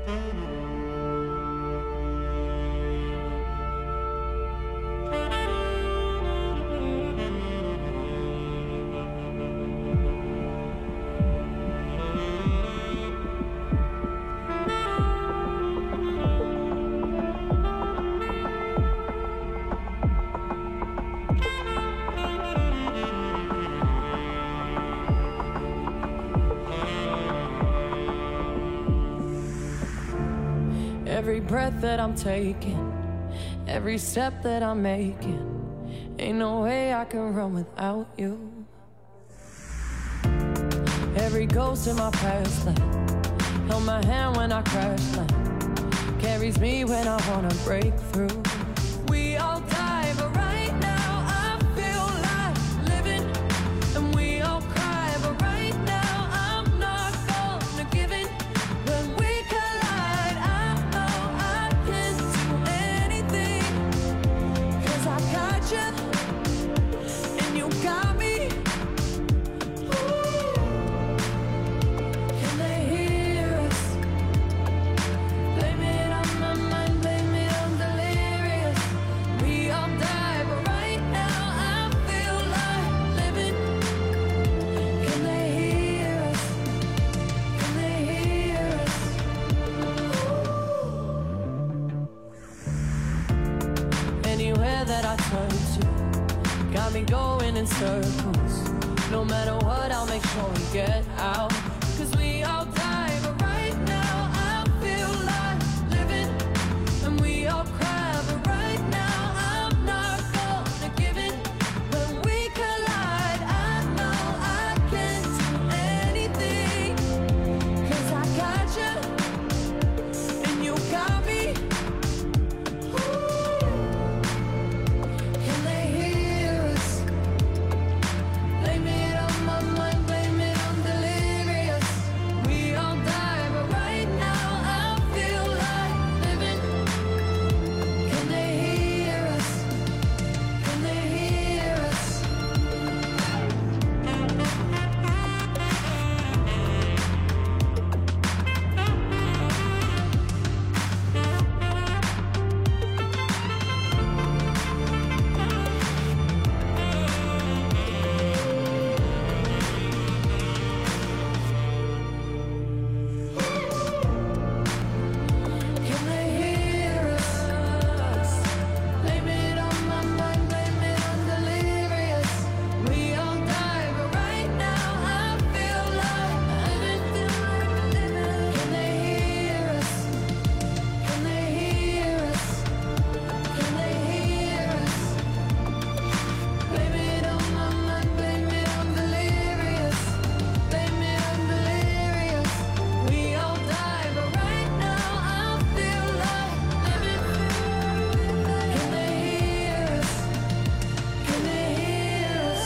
Every breath that I'm taking, every step that I'm making, ain't no way I can run without you. Every ghost in my past life held my hand when I crashed land, carries me when I wanna break through. We all die, but right now I feel like living, and we all cry, but right now I'm not gonna give in. When we collide, I know I can do anything, 'cause I got you, and you got me. Ooh. Can they hear us? Blame it on my mind, blame it on delirious. We all die, but right now I feel like living. Can they hear us? Can they hear us? Ooh. Anywhere that I turn to got me going in circles. No matter what, I'll make sure we get out, 'cause we all die, but right now I feel like living, and we all cry, but right now I'm not gonna give in. When we collide, I know I can do anything, 'cause I got you, and you got me. Ooh. Can they hear us? Blame it on my mind, blame it on delirious. We all die, but right now I feel like living. Can they hear us? Can they hear us? Can they hear us? Blame it on my mind, blame it on delirious. We all die, but right now I feel like living. Can they hear us? Can they hear us? Can they hear us? Blame it on my mind, blame it on delirious. Blame it on delirious. We all die, but right now I feel like living. Can they hear us? Can they hear us?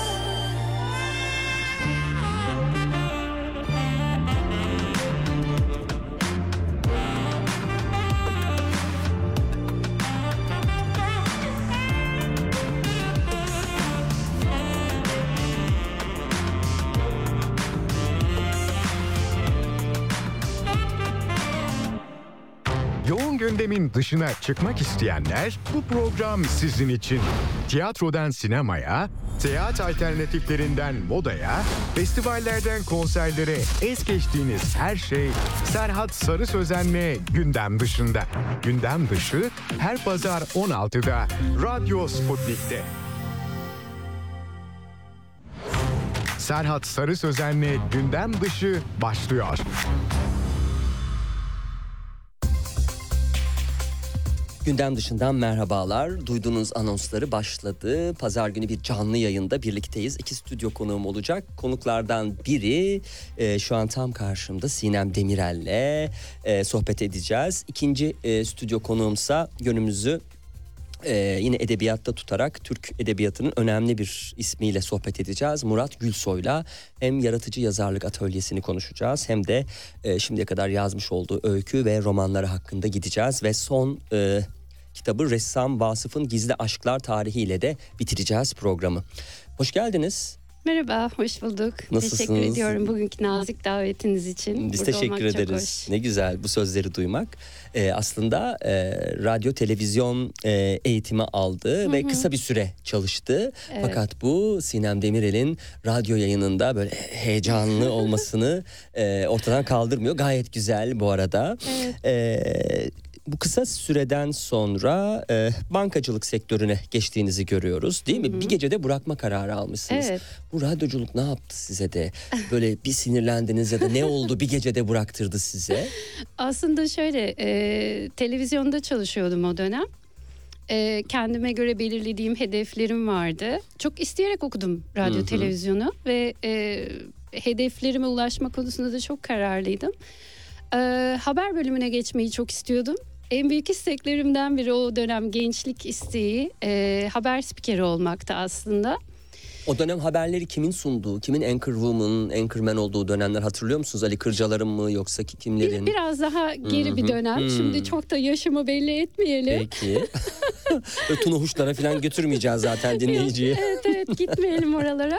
Yoğun gündemin dışına çıkmak isteyenler, bu program sizin için. Tiyatrodan sinemaya, seyahat alternatiflerinden modaya, festivallerden konserlere es geçtiğiniz her şey Serhat Sarı Sözen'le gündem dışında. Gündem dışı her pazar 16'da Radyo Sputnik'te. Serhat Sarı Sözen'le gündem dışı başlıyor. Gündem dışından merhabalar. Duyduğunuz anonsları başladı. Pazar günü bir canlı yayında birlikteyiz. 2 stüdyo konuğum olacak. Konuklardan biri şu an tam karşımda Sinem Demirel'le sohbet edeceğiz. İkinci stüdyo konuğumsa yönümüzü yine edebiyatta tutarak Türk edebiyatının önemli bir ismiyle sohbet edeceğiz. Murat Gülsoy'la hem yaratıcı yazarlık atölyesini konuşacağız, hem de şimdiye kadar yazmış olduğu öykü ve romanları hakkında gideceğiz ve son kitabı Ressam Vasıf'ın Gizli Aşklar tarihiyle de bitireceğiz programı. Hoş geldiniz. Merhaba, hoş bulduk. Nasılsınız? Teşekkür ediyorum bugünkü nazik davetiniz için. Biz Burada teşekkür olmak çok ederiz. hoş. Ne güzel bu sözleri duymak. Aslında radyo televizyon eğitimi aldı ve kısa bir süre çalıştı. Evet. Fakat bu Sinem Demirel'in radyo yayınında böyle heyecanlı olmasını ortadan kaldırmıyor. Gayet güzel bu arada. Bu kısa süreden sonra bankacılık sektörüne geçtiğinizi görüyoruz, değil mi? Bir gecede bırakma kararı almışsınız. Evet. Bu radyoculuk ne yaptı size de? Böyle bir sinirlendiniz ya da ne oldu bir gecede bıraktırdı size? Aslında şöyle, televizyonda çalışıyordum o dönem. Kendime göre belirlediğim hedeflerim vardı. Çok isteyerek okudum radyo televizyonu ve hedeflerime ulaşma konusunda da çok kararlıydım. Haber bölümüne geçmeyi çok istiyordum. En büyük isteklerimden biri o dönem gençlik isteği haber spikeri olmaktı aslında. O dönem haberleri kimin sunduğu, kimin anchor woman, anchorman olduğu dönemler hatırlıyor musunuz? Ali Kırcalar'ın mı yoksa kimlerin? Biraz daha geri bir dönem. Şimdi çok da yaşımı belli etmeyelim. Peki. Tuna Huşlar'a falan götürmeyeceğiz zaten dinleyiciyi. Evet gitmeyelim oralara.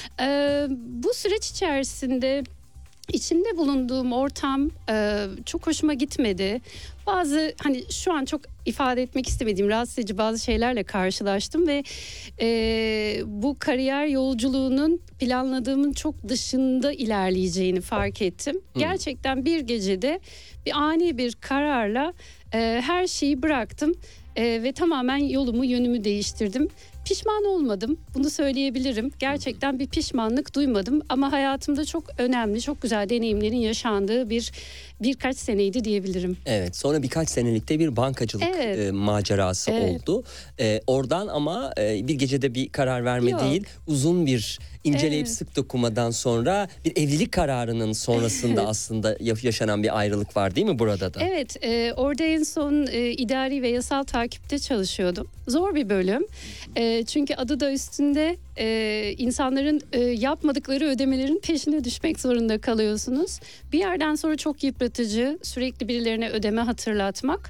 Bu süreç içerisinde içinde bulunduğum ortam çok hoşuma gitmedi. Bazı hani şu an çok ifade etmek istemediğim rahatsız edici bazı şeylerle karşılaştım ve bu kariyer yolculuğunun planladığımın çok dışında ilerleyeceğini fark ettim. Gerçekten bir gecede ani bir kararla her şeyi bıraktım ve tamamen yönümü değiştirdim. Pişman olmadım, bunu söyleyebilirim. Gerçekten bir pişmanlık duymadım ama hayatımda çok önemli, çok güzel deneyimlerin yaşandığı birkaç seneydi diyebilirim. Evet, sonra birkaç senelikte bir bankacılık macerası oldu. Oradan ama bir gecede bir karar verme Yok. değil, uzun bir inceleyip sık dokumadan sonra bir evlilik kararının sonrasında aslında yaşanan bir ayrılık var, değil mi burada da? Evet, orada en son idari ve yasal takipte çalışıyordum. Zor bir bölüm. Çünkü adı da üstünde insanların yapmadıkları ödemelerin peşine düşmek zorunda kalıyorsunuz. Bir yerden sonra çok yıpratıcı, sürekli birilerine ödeme hatırlatmak.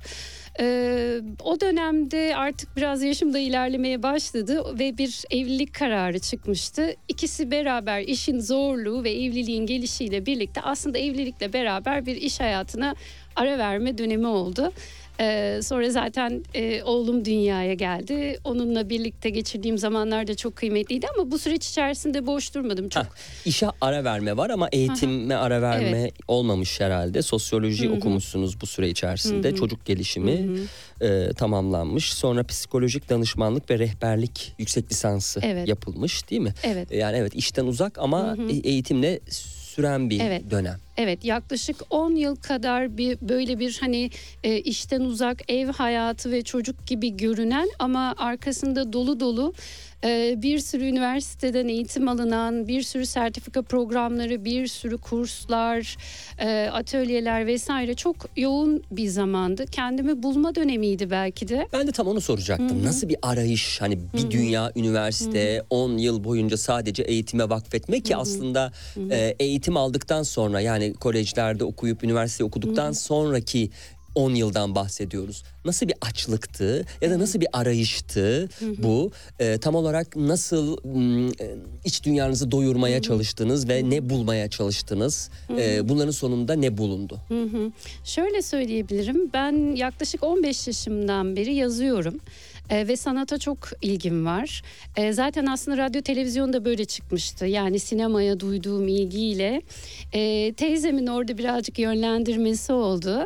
O dönemde artık biraz yaşım da ilerlemeye başladı ve bir evlilik kararı çıkmıştı. İkisi beraber işin zorluğu ve evliliğin gelişiyle birlikte aslında evlilikle beraber bir iş hayatına ara verme dönemi oldu. Sonra zaten oğlum dünyaya geldi. Onunla birlikte geçirdiğim zamanlar da çok kıymetliydi ama bu süreç içerisinde boş durmadım çok. İşe ara verme var ama eğitime ara verme olmamış herhalde. Sosyoloji okumuşsunuz bu süre içerisinde. Çocuk gelişimi tamamlanmış. Sonra psikolojik danışmanlık ve rehberlik yüksek lisansı yapılmış, değil mi? Evet. Yani evet, işten uzak ama eğitimle süren bir dönem. Evet, yaklaşık 10 yıl kadar böyle bir hani işten uzak ev hayatı ve çocuk gibi görünen ama arkasında dolu dolu bir sürü üniversiteden eğitim alınan, bir sürü sertifika programları, bir sürü kurslar, atölyeler vesaire çok yoğun bir zamandı. Kendimi bulma dönemiydi belki de. Ben de tam onu soracaktım. Nasıl bir arayış, hani bir dünya üniversite 10 yıl boyunca sadece eğitime vakfetmek ki aslında eğitim aldıktan sonra, yani kolejlerde okuyup üniversite okuduktan sonraki 10 yıldan bahsediyoruz. Nasıl bir açlıktı ya da nasıl bir arayıştı bu? Tam olarak nasıl iç dünyanızı doyurmaya çalıştınız ve ne bulmaya çalıştınız? Bunların sonunda ne bulundu? Şöyle söyleyebilirim. Ben yaklaşık 15 yaşımdan beri yazıyorum. Ve sanata çok ilgim var. Zaten aslında radyo televizyon da böyle çıkmıştı. Yani sinemaya duyduğum ilgiyle teyzemin orada birazcık yönlendirmesi oldu.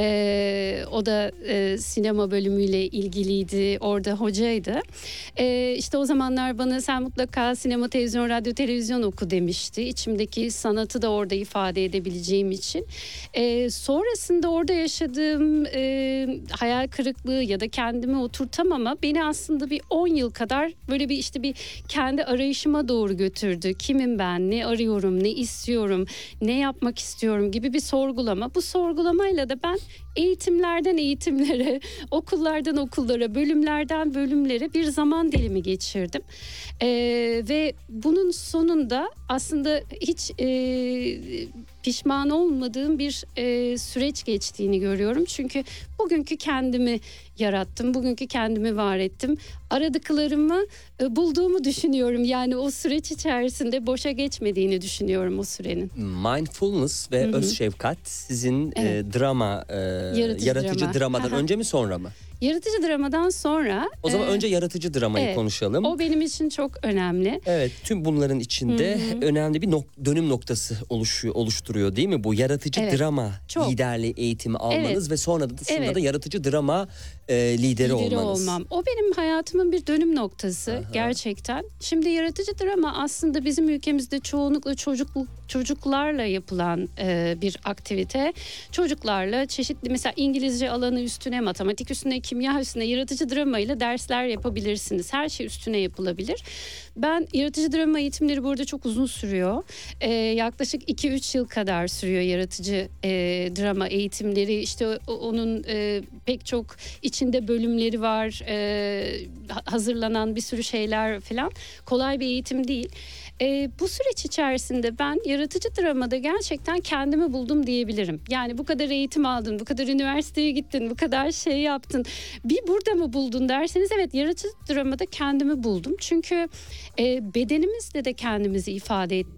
O da sinema bölümüyle ilgiliydi. Orada hocaydı. İşte o zamanlar bana sen mutlaka sinema, televizyon, radyo, televizyon oku demişti. İçimdeki sanatı da orada ifade edebileceğim için. Sonrasında orada yaşadığım hayal kırıklığı ya da kendimi oturtamama beni aslında bir 10 yıl kadar böyle bir kendi arayışıma doğru götürdü. Kimim ben, ne arıyorum, ne istiyorum, ne yapmak istiyorum gibi bir sorgulama. Bu sorgulamayla da ben eğitimlerden eğitimlere, okullardan okullara, bölümlerden bölümlere bir zaman dilimi geçirdim. Ve bunun sonunda aslında hiç pişman olmadığım bir süreç geçtiğini görüyorum. Çünkü bugünkü kendimi yarattım, bugünkü kendimi var ettim. Aradıklarımı bulduğumu düşünüyorum. Yani o süreç içerisinde boşa geçmediğini düşünüyorum o sürenin. Mindfulness ve öz şefkat sizin Evet. drama, yaratıcı drama. dramadan Aha. önce mi sonra mı? Yaratıcı dramadan sonra... O zaman önce yaratıcı dramayı evet, konuşalım. O benim için çok önemli. Evet, tüm bunların içinde önemli bir dönüm noktası oluşturuyor değil mi? Bu yaratıcı Evet, drama çok. liderliği eğitimi almanız ve sonra da Evet. yaratıcı drama lideri olmanız. olmam. O benim hayatımın bir dönüm noktası gerçekten. Şimdi yaratıcı drama aslında bizim ülkemizde çoğunlukla çocuklarla yapılan bir aktivite. Çocuklarla çeşitli, mesela İngilizce alanı üstüne, matematik üstüne, kimya üstüne yaratıcı drama ile dersler yapabilirsiniz. Her şey üstüne yapılabilir. Ben yaratıcı drama eğitimleri burada çok uzun sürüyor. Yaklaşık 2-3 yıl kadar sürüyor yaratıcı drama eğitimleri. İşte onun pek çok içinde bölümleri var. Hazırlanan bir sürü şeyler falan. Kolay bir eğitim değil. Bu süreç içerisinde ben yaratıcı dramada gerçekten kendimi buldum diyebilirim. Yani bu kadar eğitim aldın, bu kadar üniversiteye gittin, bu kadar şey yaptın. Bir burada mı buldun derseniz, evet, yaratıcı dramada kendimi buldum. Çünkü bedenimizle de kendimizi ifade ettik.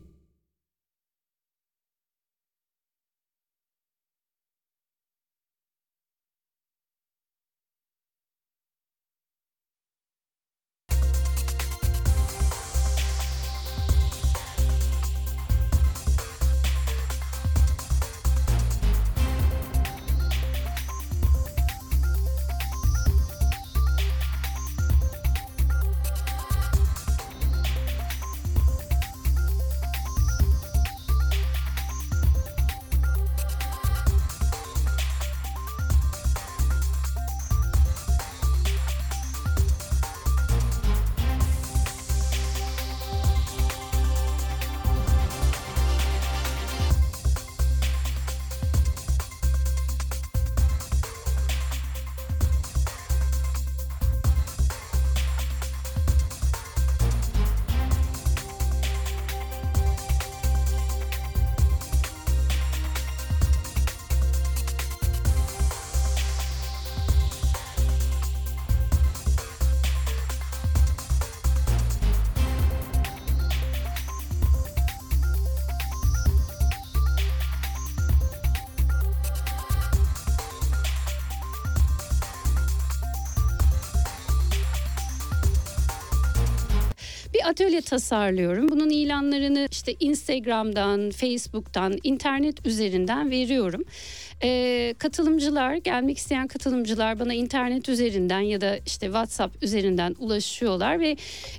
Bir atölye tasarlıyorum. Bunun ilanlarını işte Instagram'dan, Facebook'tan, internet üzerinden veriyorum. Katılımcılar, gelmek isteyen katılımcılar bana internet üzerinden ya da işte WhatsApp üzerinden ulaşıyorlar ve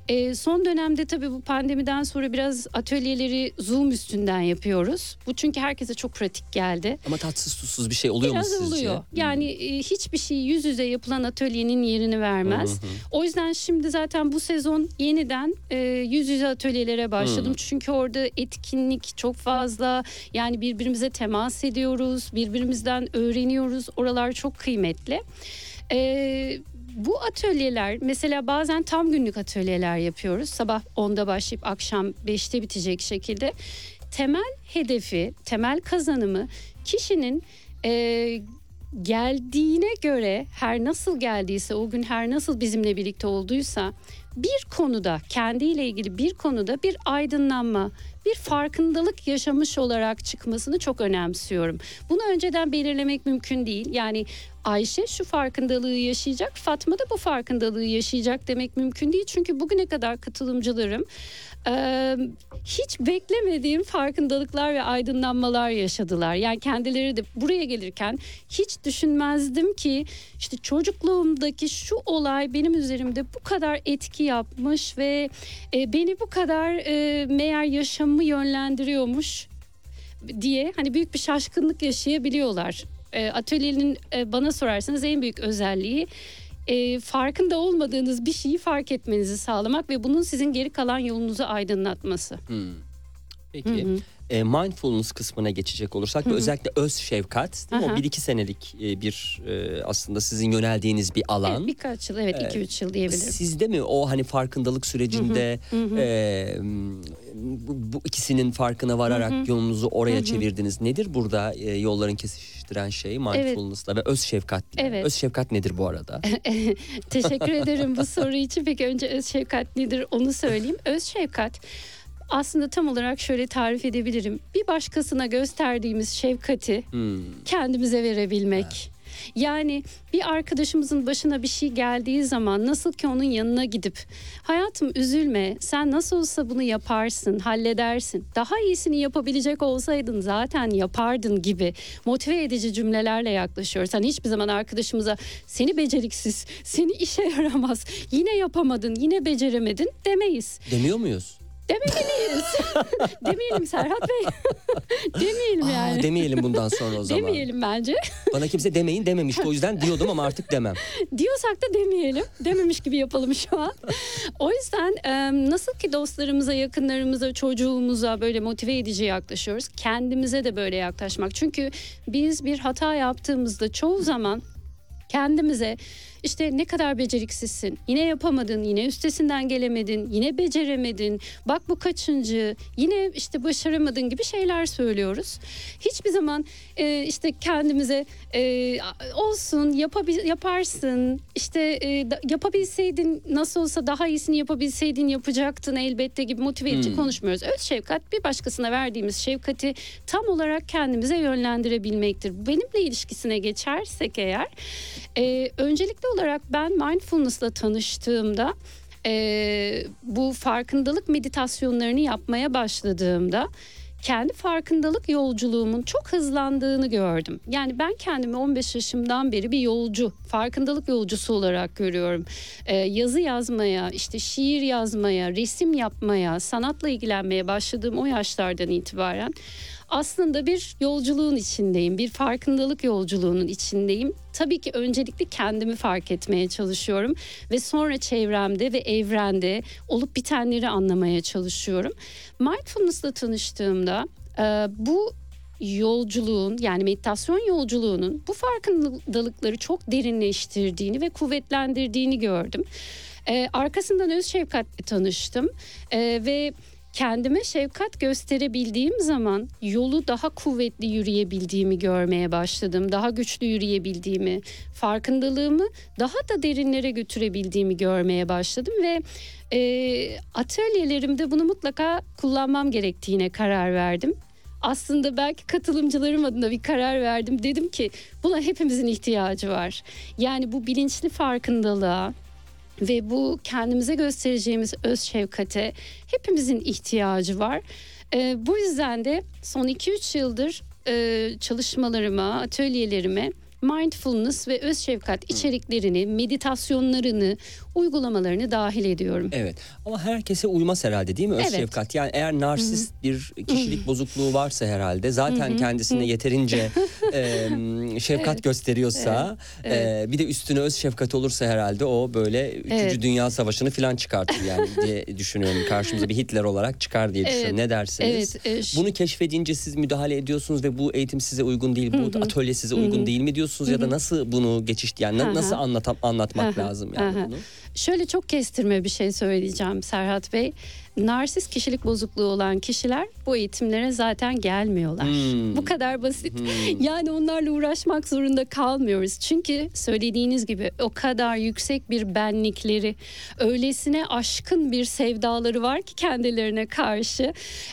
son dönemde tabii bu pandemiden sonra biraz atölyeleri Zoom üstünden yapıyoruz. Bu çünkü herkese çok pratik geldi. Ama tatsız tuzsuz bir şey oluyor biraz mu sizce? oluyor. Yani hiçbir şey yüz yüze yapılan atölyenin yerini vermez. O yüzden şimdi zaten bu sezon yeniden yüz yüze atölyelere başladım. Çünkü orada etkinlik çok fazla. Yani birbirimize temas ediyoruz. Birbirimizden öğreniyoruz. Oralar çok kıymetli. Bu atölyeler, mesela bazen tam günlük atölyeler yapıyoruz. Sabah 10'da başlayıp akşam 5'te bitecek şekilde. Temel hedefi, temel kazanımı kişinin geldiğine göre, her nasıl geldiyse, o gün her nasıl bizimle birlikte olduysa bir konuda, kendiyle ilgili bir konuda bir aydınlanma, bir farkındalık yaşamış olarak çıkmasını çok önemsiyorum. Bunu önceden belirlemek mümkün değil. Yani Ayşe şu farkındalığı yaşayacak, Fatma da bu farkındalığı yaşayacak demek mümkün değil. Çünkü bugüne kadar katılımcılarım hiç beklemediğim farkındalıklar ve aydınlanmalar yaşadılar. Yani kendileri de buraya gelirken hiç düşünmezdim ki işte çocukluğumdaki şu olay benim üzerimde bu kadar etki yapmış ve beni bu kadar meğer yaşamımı yönlendiriyormuş diye hani büyük bir şaşkınlık yaşayabiliyorlar. Atölyenin bana sorarsanız en büyük özelliği farkında olmadığınız bir şeyi fark etmenizi sağlamak ve bunun sizin geri kalan yolunuzu aydınlatması. Peki. Mindfulness kısmına geçecek olursak ve özellikle öz şefkat, değil mi? O Aha. 1-2 senelik bir aslında sizin yöneldiğiniz bir alan. Evet, birkaç yıl, evet 2-3 yıl diyebilirim. Sizde mi o hani farkındalık sürecinde bu ikisinin farkına vararak yolunuzu oraya çevirdiniz? Nedir burada yolların kesiştiren şey mindfulness'la ve öz şefkatle? Evet. Öz şefkat nedir bu arada? Teşekkür ederim bu soru için. Peki önce öz şefkat nedir onu söyleyeyim. Öz şefkat aslında tam olarak şöyle tarif edebilirim. Bir başkasına gösterdiğimiz şefkati kendimize verebilmek. Yani bir arkadaşımızın başına bir şey geldiği zaman nasıl ki onun yanına gidip hayatım üzülme, sen nasıl olsa bunu yaparsın, halledersin, daha iyisini yapabilecek olsaydın zaten yapardın gibi motive edici cümlelerle yaklaşıyoruz. Hani hiçbir zaman arkadaşımıza seni beceriksiz, seni işe yaramaz, yine yapamadın, yine beceremedin demeyiz. Demiyor muyuz? Dememeliyiz. Demeyelim Serhat Bey. Demeyelim yani. Demeyelim bundan sonra o zaman. Demeyelim bence. Bana kimse demeyin dememişti, o yüzden diyordum ama artık demem. Diyorsak da demeyelim. Dememiş gibi yapalım şu an. O yüzden nasıl ki dostlarımıza, yakınlarımıza, çocuğumuza böyle motive edici yaklaşıyoruz. Kendimize de böyle yaklaşmak. Çünkü biz bir hata yaptığımızda çoğu zaman kendimize işte ne kadar beceriksizsin, yine yapamadın, yine üstesinden gelemedin, yine beceremedin, bak bu kaçıncı, yine işte başaramadın gibi şeyler söylüyoruz. Hiçbir zaman işte kendimize olsun, yaparsın, işte yapabilseydin, nasıl olsa daha iyisini yapabilseydin yapacaktın elbette gibi motive edici konuşmuyoruz. Öz şefkat bir başkasına verdiğimiz şefkati tam olarak kendimize yönlendirebilmektir. Benimle ilişkisine geçersek eğer, öncelikli olarak ben mindfulness'la tanıştığımda, bu farkındalık meditasyonlarını yapmaya başladığımda kendi farkındalık yolculuğumun çok hızlandığını gördüm. Yani ben kendimi 15 yaşımdan beri bir yolcu, farkındalık yolcusu olarak görüyorum. Yazı yazmaya, işte şiir yazmaya, resim yapmaya, sanatla ilgilenmeye başladığım o yaşlardan itibaren aslında bir yolculuğun içindeyim, bir farkındalık yolculuğunun içindeyim. Tabii ki öncelikle kendimi fark etmeye çalışıyorum ve sonra çevremde ve evrende olup bitenleri anlamaya çalışıyorum. Mindfulness'la tanıştığımda bu yolculuğun, yani meditasyon yolculuğunun bu farkındalıkları çok derinleştirdiğini ve kuvvetlendirdiğini gördüm. Arkasından öz şefkatle tanıştım ve kendime şefkat gösterebildiğim zaman yolu daha kuvvetli yürüyebildiğimi görmeye başladım. Daha güçlü yürüyebildiğimi, farkındalığımı daha da derinlere götürebildiğimi görmeye başladım ve atölyelerimde bunu mutlaka kullanmam gerektiğine karar verdim. Aslında belki katılımcılarım adına bir karar verdim. Dedim ki buna hepimizin ihtiyacı var. Yani bu bilinçli farkındalığa ve bu kendimize göstereceğimiz öz şefkate hepimizin ihtiyacı var. Bu yüzden de son 2-3 yıldır çalışmalarıma, atölyelerime mindfulness ve öz şefkat içeriklerini, meditasyonlarını, uygulamalarını dahil ediyorum. Evet, ama herkese uymaz herhalde, değil mi öz Evet. şefkat? Yani eğer narsist bir kişilik bozukluğu varsa herhalde, zaten kendisine yeterince şefkat gösteriyorsa, bir de üstüne öz şefkat olursa herhalde o böyle 3. Dünya Savaşı'nı falan çıkartır yani diye düşünüyorum. Karşımıza bir Hitler olarak çıkar diye düşünüyorum. Ne dersiniz? Bunu keşfedince siz müdahale ediyorsunuz ve bu eğitim size uygun değil, bu atölye size uygun değil mi diyorsunuz ya da nasıl bunu yani nasıl anlatmak lazım yani bunu? Şöyle çok kestirme bir şey söyleyeceğim Serhat Bey. Narsist kişilik bozukluğu olan kişiler bu eğitimlere zaten gelmiyorlar. Bu kadar basit. Yani onlarla uğraşmak zorunda kalmıyoruz. Çünkü söylediğiniz gibi o kadar yüksek bir benlikleri, öylesine aşkın bir sevdaları var ki kendilerine karşı.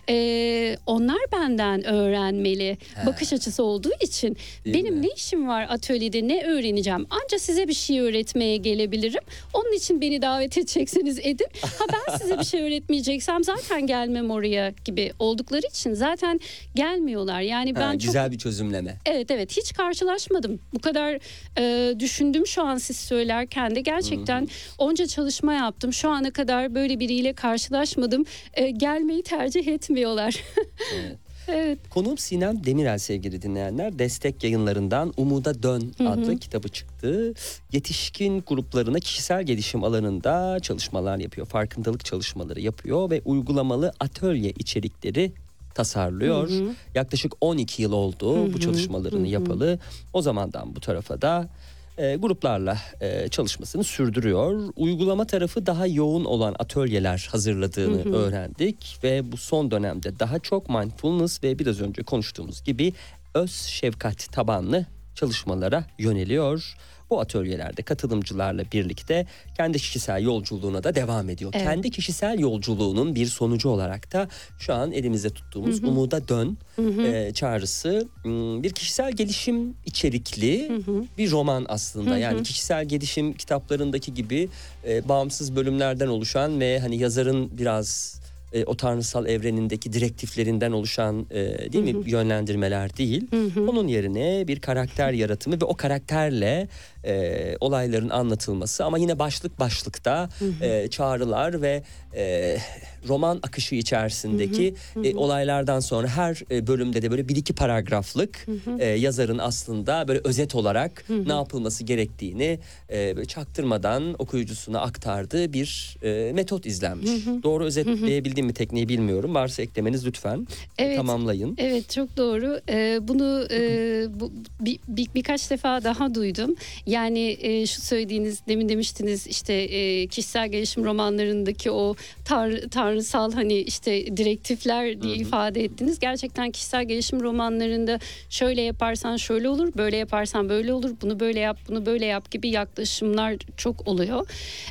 Onlar benden öğrenmeli bakış açısı olduğu için. Değil Benim mi? ne işim var atölyede, ne öğreneceğim? Anca size bir şey öğretmeye gelebilirim. Onun için beni davet edecekseniz edin. Ben size bir şey öğretmeyeceksem zaten gelmem oraya gibi oldukları için zaten gelmiyorlar. Yani ben Güzel bir çözümleme. Evet hiç karşılaşmadım. Bu kadar düşündüm şu an siz söylerken de gerçekten onca çalışma yaptım. Şu ana kadar böyle biriyle karşılaşmadım. Gelmeyi tercih etmiyorlar. Evet. Konuğum Sinem Demirel sevgili dinleyenler. Destek Yayınlarından Umuda Dön adlı kitabı çıktı. Yetişkin gruplarına kişisel gelişim alanında çalışmalar yapıyor. Farkındalık çalışmaları yapıyor ve uygulamalı atölye içerikleri tasarlıyor. Yaklaşık 12 yıl oldu bu çalışmalarını yapalı. O zamandan bu tarafa da gruplarla çalışmasını sürdürüyor. Uygulama tarafı daha yoğun olan atölyeler hazırladığını öğrendik ve bu son dönemde daha çok mindfulness ve biraz önce konuştuğumuz gibi öz şefkat tabanlı çalışmalara yöneliyor. Bu atölyelerde katılımcılarla birlikte kendi kişisel yolculuğuna da devam ediyor. Evet. Kendi kişisel yolculuğunun bir sonucu olarak da şu an elimizde tuttuğumuz Umuda Dön çağrısı bir kişisel gelişim içerikli bir roman aslında. Yani kişisel gelişim kitaplarındaki gibi bağımsız bölümlerden oluşan ve hani yazarın biraz o tanrısal evrenindeki direktiflerinden oluşan değil mi yönlendirmeler değil. Onun yerine bir karakter yaratımı ve o karakterle olayların anlatılması ama yine başlık başlıkta çağrılar ve roman akışı içerisindeki olaylardan sonra her bölümde de böyle bir iki paragraflık yazarın aslında böyle özet olarak ne yapılması gerektiğini çaktırmadan okuyucusuna aktardığı bir metot izlenmiş. Doğru özetleyebildiğim mi tekniği bilmiyorum. Varsa eklemeniz lütfen tamamlayın. Evet, çok doğru. Bunu birkaç defa daha duydum. Yani şu söylediğiniz, demin demiştiniz işte kişisel gelişim romanlarındaki o tanrısal hani işte direktifler diye ifade ettiniz. Gerçekten kişisel gelişim romanlarında şöyle yaparsan şöyle olur, böyle yaparsan böyle olur, bunu böyle yap, bunu böyle yap gibi yaklaşımlar çok oluyor.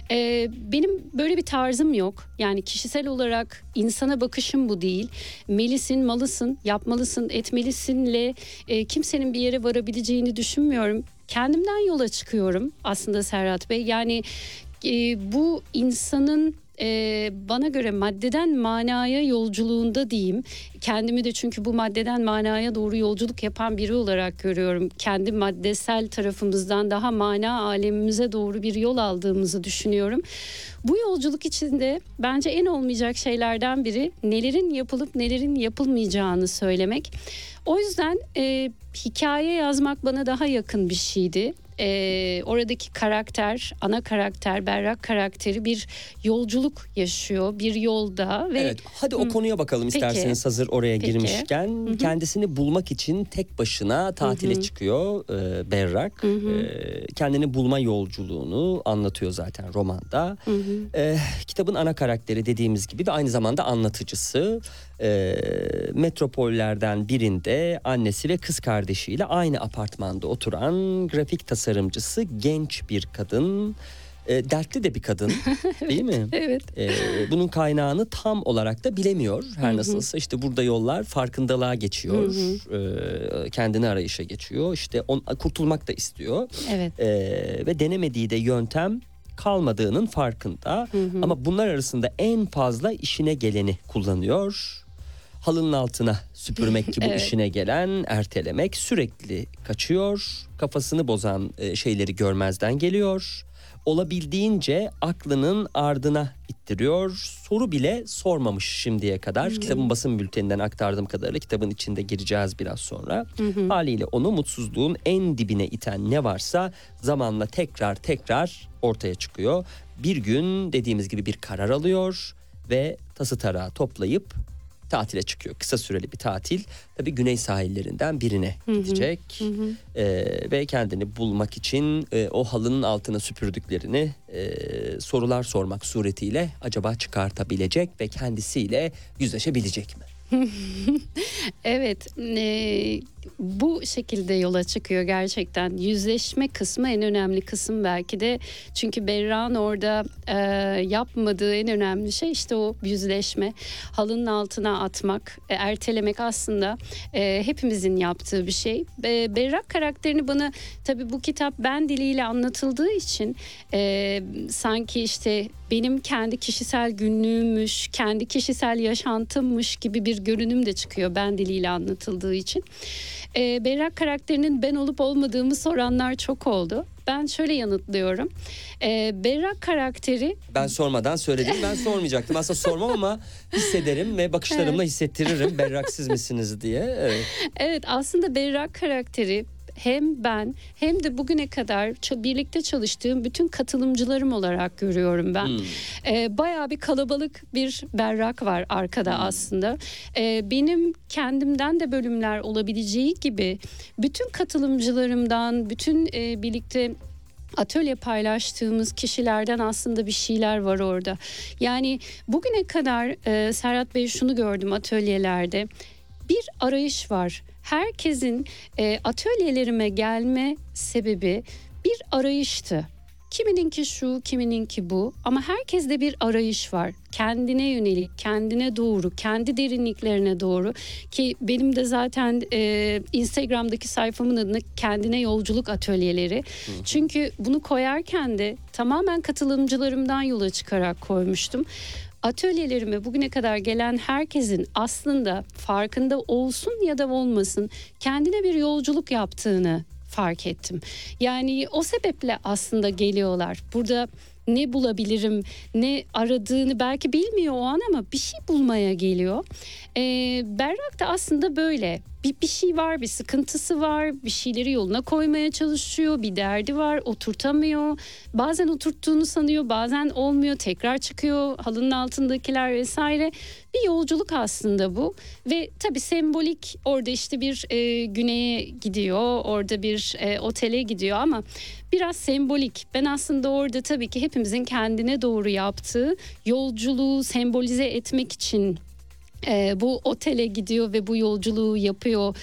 Benim böyle bir tarzım yok. Yani kişisel olarak insana bakışım bu değil. Melisin, malısın, yapmalısın, etmelisinle kimsenin bir yere varabileceğini düşünmüyorum. Kendimden yola çıkıyorum aslında Serhat Bey. Yani bu insanın bana göre maddeden manaya yolculuğunda diyeyim. Kendimi de çünkü bu maddeden manaya doğru yolculuk yapan biri olarak görüyorum. Kendi maddesel tarafımızdan daha mana alemimize doğru bir yol aldığımızı düşünüyorum. Bu yolculuk içinde bence en olmayacak şeylerden biri nelerin yapılıp nelerin yapılmayacağını söylemek. O yüzden hikaye yazmak bana daha yakın bir şeydi. Oradaki karakter, ana karakter, Berrak karakteri bir yolculuk yaşıyor, bir yolda. Ve evet, hadi o konuya bakalım isterseniz hazır oraya girmişken. Kendisini bulmak için tek başına tatile çıkıyor Berrak. Kendini bulma yolculuğunu anlatıyor zaten romanda. Kitabın ana karakteri dediğimiz gibi de aynı zamanda anlatıcısı. Metropollerden birinde annesi ve kız kardeşiyle aynı apartmanda oturan grafik tasarımcısı genç bir kadın. Dertli de bir kadın değil mi? Evet. Bunun kaynağını tam olarak da bilemiyor. Her nasılsa işte burada yollar farkındalığa geçiyor. Kendini arayışa geçiyor. İşte kurtulmak da istiyor. Evet. Ve denemediği de yöntem kalmadığının farkında. Ama bunlar arasında en fazla işine geleni kullanıyor. Halının altına süpürmek ki bu işine gelen, ertelemek, sürekli kaçıyor. Kafasını bozan şeyleri görmezden geliyor. Olabildiğince aklının ardına ittiriyor. Soru bile sormamış şimdiye kadar. Kitabın basın bülteninden aktardığım kadarıyla kitabın içinde gireceğiz biraz sonra. Haliyle onu mutsuzluğun en dibine iten ne varsa zamanla tekrar ortaya çıkıyor. Bir gün dediğimiz gibi bir karar alıyor ve tası tarağı toplayıp tatile çıkıyor. Kısa süreli bir tatil. Tabii güney sahillerinden birine gidecek. Ve kendini bulmak için o halının altına süpürdüklerini sorular sormak suretiyle acaba çıkartabilecek ve kendisiyle yüzleşebilecek mi? Evet, bu şekilde yola çıkıyor gerçekten. Yüzleşme kısmı en önemli kısım belki de. Çünkü Berrak'ın orada yapmadığı en önemli şey işte o yüzleşme. Halının altına atmak, ertelemek aslında hepimizin yaptığı bir şey. Berrak karakterini bana tabii bu kitap ben diliyle anlatıldığı için sanki işte benim kendi kişisel günlüğümmüş, kendi kişisel yaşantımmış gibi bir görünüm de çıkıyor ben diliyle anlatıldığı için. Berrak karakterinin ben olup olmadığımı soranlar çok oldu. Ben şöyle yanıtlıyorum. Berrak karakteri... Ben sormadan söyledim. Ben sormayacaktım. Aslında sormam ama hissederim ve bakışlarımla hissettiririm. Berrak siz misiniz diye. Evet. Evet, aslında Berrak karakteri hem ben hem de bugüne kadar birlikte çalıştığım bütün katılımcılarım olarak görüyorum ben. Bayağı bir kalabalık bir berrak var arkada aslında. Benim kendimden de bölümler olabileceği gibi bütün katılımcılarımdan, bütün birlikte atölye paylaştığımız kişilerden aslında bir şeyler var orada. Yani bugüne kadar Serhat Bey şunu gördüm atölyelerde. Bir arayış var. Herkesin atölyelerime gelme sebebi bir arayıştı. Kimininki şu, kimininki bu ama herkeste bir arayış var. Kendine yönelik, kendine doğru, kendi derinliklerine doğru ki benim de zaten Instagram'daki sayfamın adını Kendine Yolculuk Atölyeleri. Çünkü bunu koyarken de tamamen katılımcılarımdan yola çıkarak koymuştum. Atölyelerime bugüne kadar gelen herkesin aslında farkında olsun ya da olmasın kendine bir yolculuk yaptığını fark ettim. Yani o sebeple aslında geliyorlar. Burada ne bulabilirim, ne aradığını belki bilmiyor o an ama bir şey bulmaya geliyor. Berrak da aslında böyle. Bir şey var, bir sıkıntısı var, bir şeyleri yoluna koymaya çalışıyor, bir derdi var, oturtamıyor. Bazen oturttuğunu sanıyor, bazen olmuyor, tekrar çıkıyor, halının altındakiler vesaire. Bir yolculuk aslında bu ve tabii sembolik orada işte bir güneye gidiyor, orada bir otele gidiyor ama biraz sembolik. Ben aslında orada tabii ki hepimizin kendine doğru yaptığı yolculuğu sembolize etmek için bu otele gidiyor ve bu yolculuğu yapıyor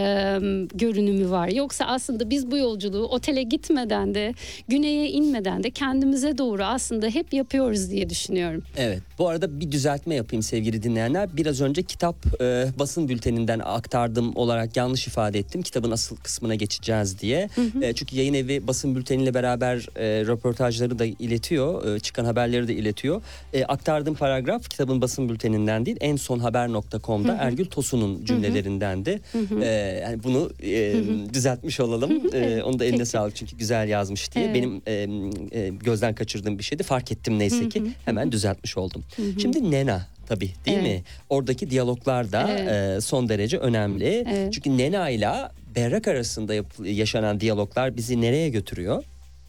görünümü var. Yoksa aslında biz bu yolculuğu otele gitmeden de güneye inmeden de kendimize doğru aslında hep yapıyoruz diye düşünüyorum. Evet, bu arada bir düzeltme yapayım sevgili dinleyenler. Biraz önce kitap basın bülteninden aktardım olarak yanlış ifade ettim. Kitabın asıl kısmına geçeceğiz diye. Çünkü yayın evi basın bülteniyle beraber röportajları da iletiyor. Çıkan haberleri de iletiyor. Aktardığım paragraf kitabın basın bülteninden değil, en son haber.com'da Ergül Tosun'un cümlelerindendi. Yani bunu düzeltmiş olalım. Onu da eline sağlık çünkü güzel yazmış diye. Benim gözden kaçırdığım bir şeydi. Fark ettim neyse ki. Hemen düzeltmiş oldum. Şimdi Nena tabii değil mi? Oradaki diyaloglar da son derece önemli. Çünkü Nena ile Berrak arasında yaşanan diyaloglar bizi nereye götürüyor?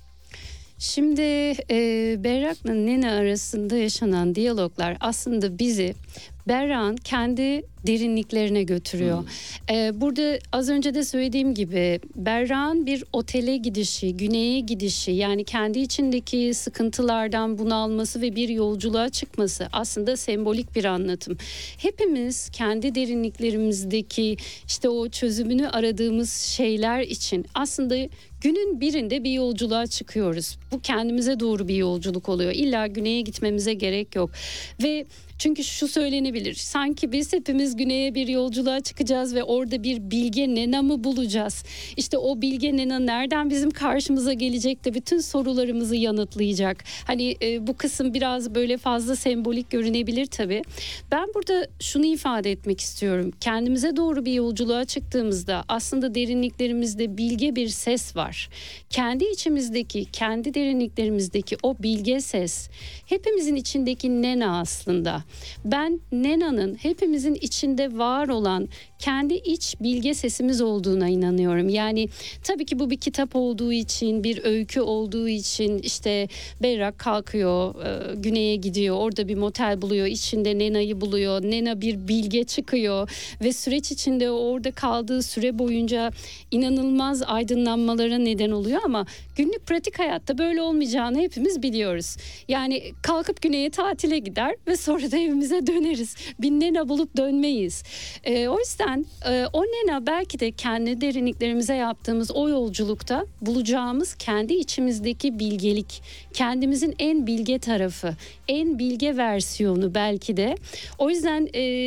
Şimdi Berrak'la Nena arasında yaşanan diyaloglar aslında bizi Berrak'ın kendi derinliklerine götürüyor. Burada az önce de söylediğim gibi Berrak'ın bir otele gidişi, güneye gidişi yani kendi içindeki sıkıntılardan bunalması ve bir yolculuğa çıkması aslında sembolik bir anlatım. Hepimiz kendi derinliklerimizdeki işte o çözümünü aradığımız şeyler için aslında günün birinde bir yolculuğa çıkıyoruz. Bu kendimize doğru bir yolculuk oluyor. İlla güneye gitmemize gerek yok. Ve çünkü şu söylenebilir. Sanki biz hepimiz güneye bir yolculuğa çıkacağız ve orada bir bilge nena mı bulacağız? İşte o bilge nena nereden bizim karşımıza gelecek de bütün sorularımızı yanıtlayacak. Hani bu kısım biraz böyle fazla sembolik görünebilir tabii. Ben burada şunu ifade etmek istiyorum. Kendimize doğru bir yolculuğa çıktığımızda aslında derinliklerimizde bilge bir ses var. Kendi içimizdeki, kendi derinliklerimizdeki o bilge ses hepimizin içindeki nena aslında. Ben Nena'nın hepimizin içinde var olan kendi iç bilge sesimiz olduğuna inanıyorum. Yani tabii ki bu bir kitap olduğu için, bir öykü olduğu için işte Berrak kalkıyor, güneye gidiyor, orada bir motel buluyor, içinde Nena'yı buluyor. Nena bir bilge çıkıyor ve süreç içinde orada kaldığı süre boyunca inanılmaz aydınlanmalara neden oluyor ama günlük pratik hayatta böyle olmayacağını hepimiz biliyoruz. Yani kalkıp güneye tatile gider ve sonra da evimize döneriz. Bir Nena bulup dönmeyiz. O yüzden o Nena belki de kendi derinliklerimize yaptığımız o yolculukta bulacağımız kendi içimizdeki bilgelik, kendimizin en bilge tarafı, en bilge versiyonu belki de. O yüzden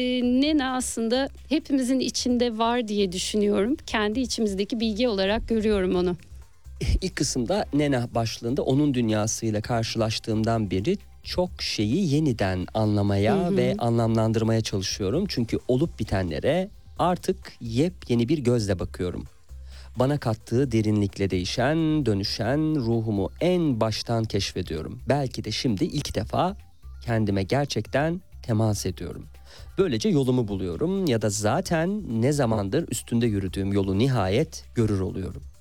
Nena aslında hepimizin içinde var diye düşünüyorum. Kendi içimizdeki bilge olarak görüyorum onu. İlk kısımda Nena başlığında onun dünyasıyla karşılaştığımdan beri çok şeyi yeniden anlamaya ve anlamlandırmaya çalışıyorum. Çünkü olup bitenlere artık yepyeni bir gözle bakıyorum. Bana kattığı derinlikle değişen, dönüşen ruhumu en baştan keşfediyorum. Belki de şimdi ilk defa kendime gerçekten temas ediyorum. Böylece yolumu buluyorum ya da zaten ne zamandır üstünde yürüdüğüm yolu nihayet görür oluyorum.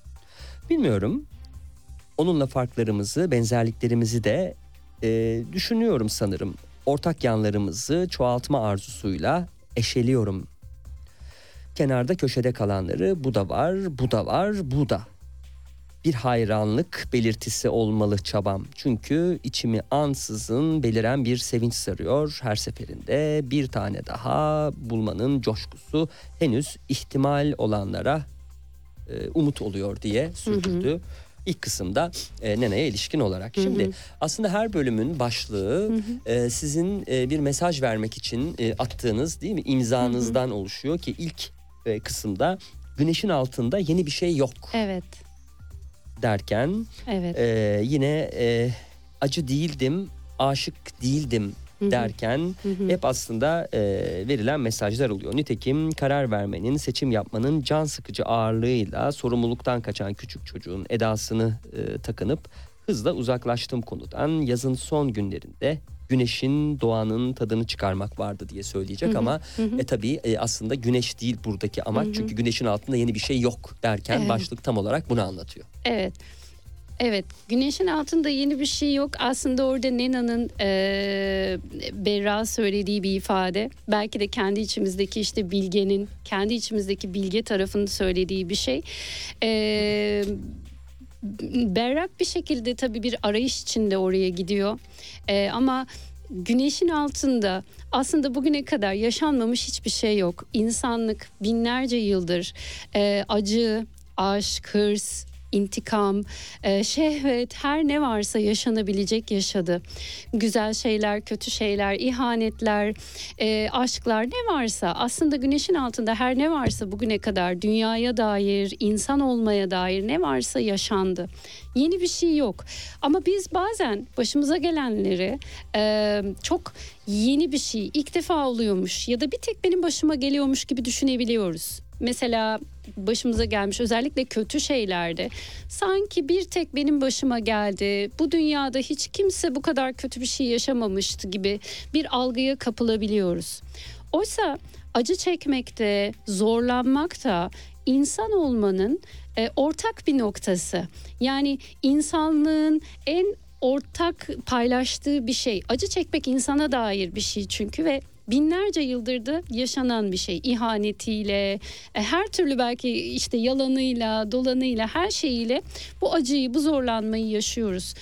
Bilmiyorum. Onunla farklarımızı, benzerliklerimizi de düşünüyorum sanırım. Ortak yanlarımızı çoğaltma arzusuyla eşeliyorum. Kenarda köşede kalanları bu da var, bu da var, bu da. Bir hayranlık belirtisi olmalı çabam. Çünkü içimi ansızın beliren bir sevinç sarıyor. Her seferinde bir tane daha bulmanın coşkusu henüz ihtimal olanlara umut oluyor diye sürdürdü. İlk kısımda Nena'ya ilişkin olarak. Şimdi aslında her bölümün başlığı sizin bir mesaj vermek için attığınız, değil mi, imzanızdan oluşuyor ki ilk kısımda güneşin altında yeni bir şey yok. Evet. Derken Evet. yine acı değildim, aşık değildim derken hep aslında verilen mesajlar oluyor. Nitekim karar vermenin, seçim yapmanın can sıkıcı ağırlığıyla sorumluluktan kaçan küçük çocuğun edasını takınıp hızla uzaklaştım konudan. Yazın son günlerinde güneşin, doğanın tadını çıkarmak vardı diye söyleyecek ama tabii aslında güneş değil buradaki amaç. Çünkü güneşin altında yeni bir şey yok derken başlık tam olarak bunu anlatıyor. Evet. Evet, güneşin altında yeni bir şey yok. Aslında orada Nena'nın berra söylediği bir ifade. Belki de kendi içimizdeki işte bilgenin, kendi içimizdeki bilge tarafını söylediği bir şey. Berrak bir şekilde tabii bir arayış içinde oraya gidiyor. Ama güneşin altında aslında bugüne kadar yaşanmamış hiçbir şey yok. İnsanlık binlerce yıldır acı, aşk, hırs, İntikam, şehvet, her ne varsa yaşanabilecek yaşadı. Güzel şeyler, kötü şeyler, ihanetler, aşklar, ne varsa aslında güneşin altında her ne varsa bugüne kadar dünyaya dair, insan olmaya dair ne varsa yaşandı. Yeni bir şey yok. Ama biz bazen başımıza gelenleri çok yeni bir şey, ilk defa oluyormuş ya da bir tek benim başıma geliyormuş gibi düşünebiliyoruz. Mesela başımıza gelmiş özellikle kötü şeylerde sanki bir tek benim başıma geldi, bu dünyada hiç kimse bu kadar kötü bir şey yaşamamıştı gibi bir algıya kapılabiliyoruz. Oysa acı çekmekte, zorlanmakta insan olmanın ortak bir noktası. Yani insanlığın en ortak paylaştığı bir şey. Acı çekmek insana dair bir şey çünkü ve binlerce yıldır da yaşanan bir şey. İhanetiyle, her türlü belki işte yalanıyla, dolanıyla, her şeyiyle bu acıyı, bu zorlanmayı yaşıyoruz.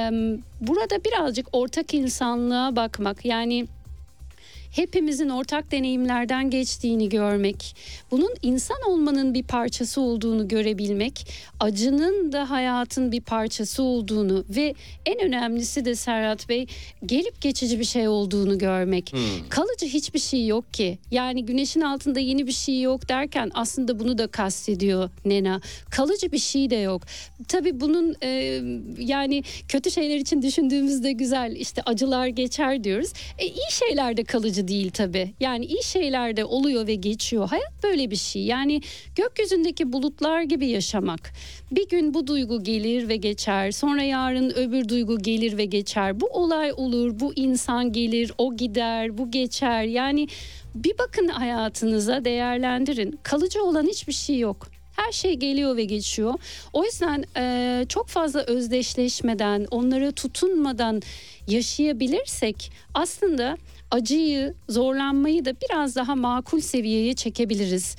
Burada birazcık ortak insanlığa bakmak, yani hepimizin ortak deneyimlerden geçtiğini görmek, bunun insan olmanın bir parçası olduğunu görebilmek, acının da hayatın bir parçası olduğunu ve en önemlisi de Serhat Bey, gelip geçici bir şey olduğunu görmek. Kalıcı hiçbir şey yok ki. Yani güneşin altında yeni bir şey yok derken aslında bunu da kastediyor Nena. Kalıcı bir şey de yok. Tabii bunun yani kötü şeyler için düşündüğümüzde güzel, işte acılar geçer diyoruz. İyi şeyler de kalıcı değil tabii. Yani iyi şeyler de oluyor ve geçiyor. Hayat böyle bir şey. Yani gökyüzündeki bulutlar gibi yaşamak. Bir gün bu duygu gelir ve geçer. Sonra yarın öbür duygu gelir ve geçer. Bu olay olur, bu insan gelir, o gider, bu geçer. Yani bir bakın hayatınıza, değerlendirin. Kalıcı olan hiçbir şey yok. Her şey geliyor ve geçiyor. O yüzden çok fazla özdeşleşmeden, onlara tutunmadan yaşayabilirsek aslında acıyı, zorlanmayı da biraz daha makul seviyeye çekebiliriz.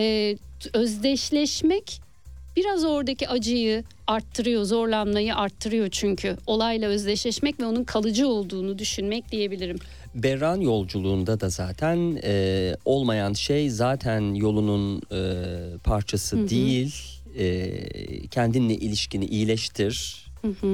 Özdeşleşmek biraz oradaki acıyı arttırıyor, zorlanmayı arttırıyor çünkü. Olayla özdeşleşmek ve onun kalıcı olduğunu düşünmek diyebilirim. Berran yolculuğunda da zaten olmayan şey zaten yolunun parçası değil. Kendinle ilişkini iyileştir.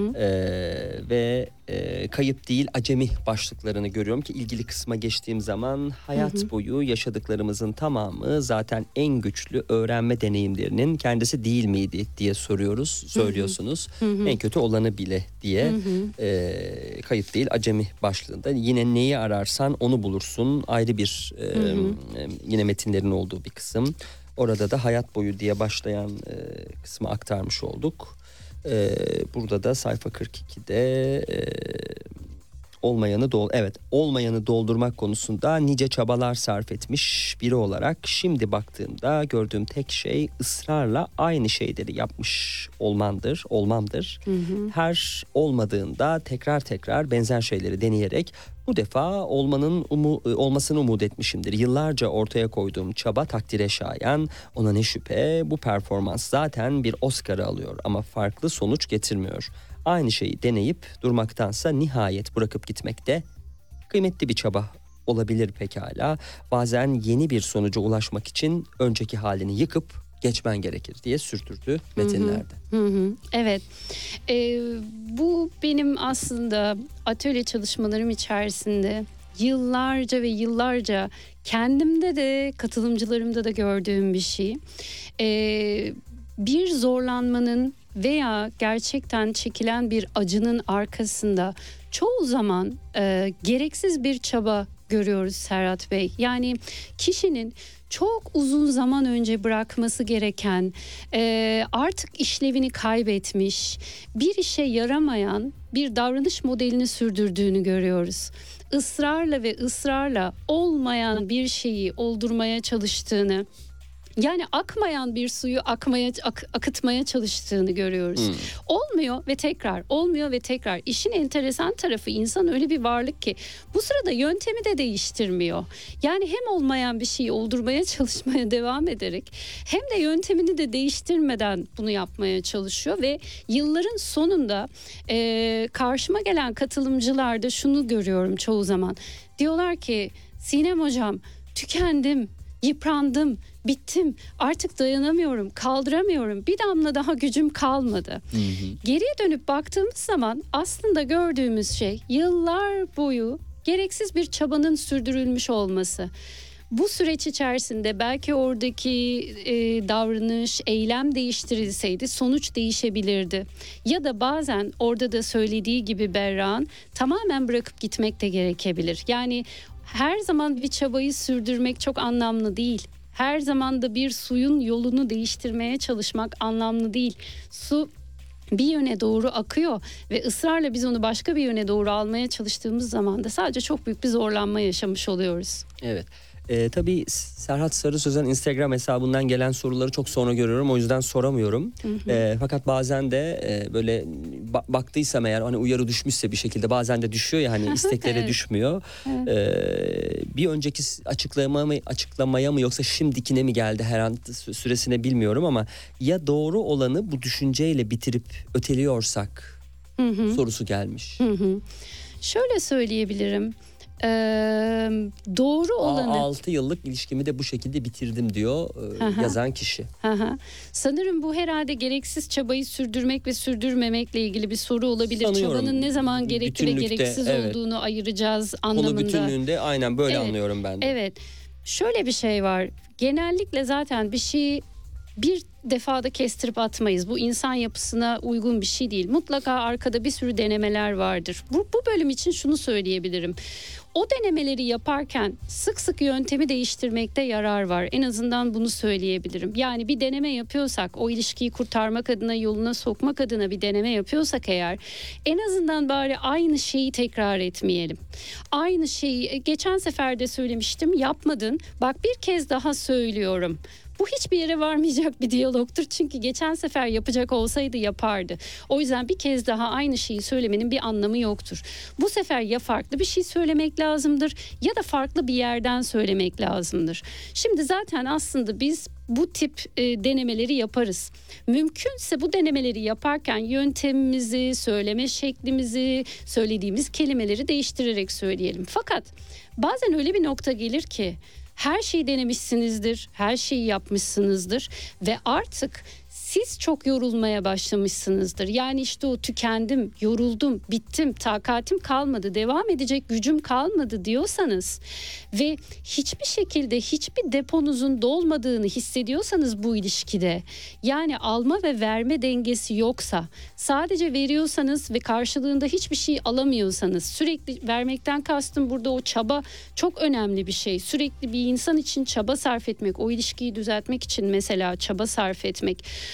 Ve kayıp değil acemi başlıklarını görüyorum ki ilgili kısma geçtiğim zaman hayat boyu yaşadıklarımızın tamamı zaten en güçlü öğrenme deneyimlerinin kendisi değil miydi diye söylüyorsunuz. En kötü olanı bile diye kayıp değil acemi başlığında yine neyi ararsan onu bulursun ayrı bir yine metinlerin olduğu bir kısım. Orada da hayat boyu diye başlayan kısmı aktarmış olduk. Burada da sayfa 42'de olmayanı doldurmak konusunda nice çabalar sarf etmiş biri olarak şimdi baktığımda gördüğüm tek şey ısrarla aynı şeyleri yapmış olmamdır. Her olmadığında tekrar benzer şeyleri deneyerek bu defa olmasını umut etmişimdir. Yıllarca ortaya koyduğum çaba takdire şayan, ona ne şüphe bu performans zaten bir Oscar'ı alıyor ama farklı sonuç getirmiyor. Aynı şeyi deneyip durmaktansa nihayet bırakıp gitmek de kıymetli bir çaba olabilir pekala. Bazen yeni bir sonuca ulaşmak için önceki halini yıkıp geçmen gerekir diye sürdürdü metinlerde. Evet, bu benim aslında atölye çalışmalarım içerisinde yıllarca kendimde de katılımcılarımda da gördüğüm bir şey. Bir zorlanmanın veya gerçekten çekilen bir acının arkasında çoğu zaman gereksiz bir çaba görüyoruz Serhat Bey. Yani kişinin çok uzun zaman önce bırakması gereken, artık işlevini kaybetmiş, bir işe yaramayan bir davranış modelini sürdürdüğünü görüyoruz. Israrla olmayan bir şeyi oldurmaya çalıştığını, yani akmayan bir suyu akıtmaya çalıştığını görüyoruz. Olmuyor ve tekrar. İşin enteresan tarafı, insan öyle bir varlık ki bu sırada yöntemi de değiştirmiyor. Yani hem olmayan bir şeyi oldurmaya çalışmaya devam ederek hem de yöntemini de değiştirmeden bunu yapmaya çalışıyor ve yılların sonunda karşıma gelen katılımcılarda şunu görüyorum çoğu zaman. Diyorlar ki Sinem hocam, tükendim, yıprandım, bittim, artık dayanamıyorum, kaldıramıyorum, bir damla daha gücüm kalmadı. Geriye dönüp baktığımız zaman aslında gördüğümüz şey yıllar boyu gereksiz bir çabanın sürdürülmüş olması. Bu süreç içerisinde belki oradaki davranış, eylem değiştirilseydi sonuç değişebilirdi. Ya da bazen orada da söylediği gibi Berra'nın tamamen bırakıp gitmek de gerekebilir. Yani her zaman bir çabayı sürdürmek çok anlamlı değil. Her zaman da bir suyun yolunu değiştirmeye çalışmak anlamlı değil. Su bir yöne doğru akıyor ve ısrarla biz onu başka bir yöne doğru almaya çalıştığımız zaman da sadece çok büyük bir zorlanma yaşamış oluyoruz. Evet. Tabii Serhat Sarı Sözen Instagram hesabından gelen soruları çok sonra görüyorum. O yüzden soramıyorum. Fakat bazen de böyle baktıysam eğer hani uyarı düşmüşse bir şekilde bazen de düşüyor ya hani isteklere Evet. düşmüyor. Bir önceki açıklamaya mı yoksa şimdikine mi geldi her an süresine bilmiyorum ama ya doğru olanı bu düşünceyle bitirip öteliyorsak sorusu gelmiş. Şöyle söyleyebilirim. Doğru olanı 6 yıllık ilişkimi de bu şekilde bitirdim diyor yazan kişi. Sanırım bu herhalde gereksiz çabayı sürdürmek ve sürdürmemekle ilgili bir soru olabilir. Sanıyorum. Çabanın ne zaman gerekli ve Bütünlükte, gereksiz evet. olduğunu ayıracağız Konu anlamında. bütünlüğünde aynen böyle Evet, anlıyorum ben de. Evet. Şöyle bir şey var. Genellikle zaten bir şeyi bir defada kestirip atmayız. Bu insan yapısına uygun bir şey değil. Mutlaka arkada bir sürü denemeler vardır. Bu bölüm için şunu söyleyebilirim. O denemeleri yaparken sık sık yöntemi değiştirmekte yarar var. En azından bunu söyleyebilirim. Yani bir deneme yapıyorsak, o ilişkiyi kurtarmak adına, yoluna sokmak adına bir deneme yapıyorsak eğer, en azından bari aynı şeyi tekrar etmeyelim. Aynı şeyi geçen sefer de söylemiştim, yapmadın. Bak bir kez daha söylüyorum. Bu hiçbir yere varmayacak bir diyalogtur. Çünkü geçen sefer yapacak olsaydı yapardı. O yüzden bir kez daha aynı şeyi söylemenin bir anlamı yoktur. Bu sefer ya farklı bir şey söylemek lazımdır ya da farklı bir yerden söylemek lazımdır. Şimdi zaten aslında biz bu tip denemeleri yaparız. Mümkünse bu denemeleri yaparken yöntemimizi, söyleme şeklimizi, söylediğimiz kelimeleri değiştirerek söyleyelim. Fakat bazen öyle bir nokta gelir ki her şeyi denemişsinizdir, her şeyi yapmışsınızdır ve artık siz çok yorulmaya başlamışsınızdır. Yani işte o tükendim, yoruldum, bittim, takatim kalmadı, devam edecek gücüm kalmadı diyorsanız ve hiçbir şekilde hiçbir deponuzun dolmadığını hissediyorsanız bu ilişkide, yani alma ve verme dengesi yoksa, sadece veriyorsanız ve karşılığında hiçbir şey alamıyorsanız, sürekli vermekten kastım burada o çaba çok önemli bir şey. Sürekli bir insan için çaba sarf etmek, o ilişkiyi düzeltmek için mesela çaba sarf etmek.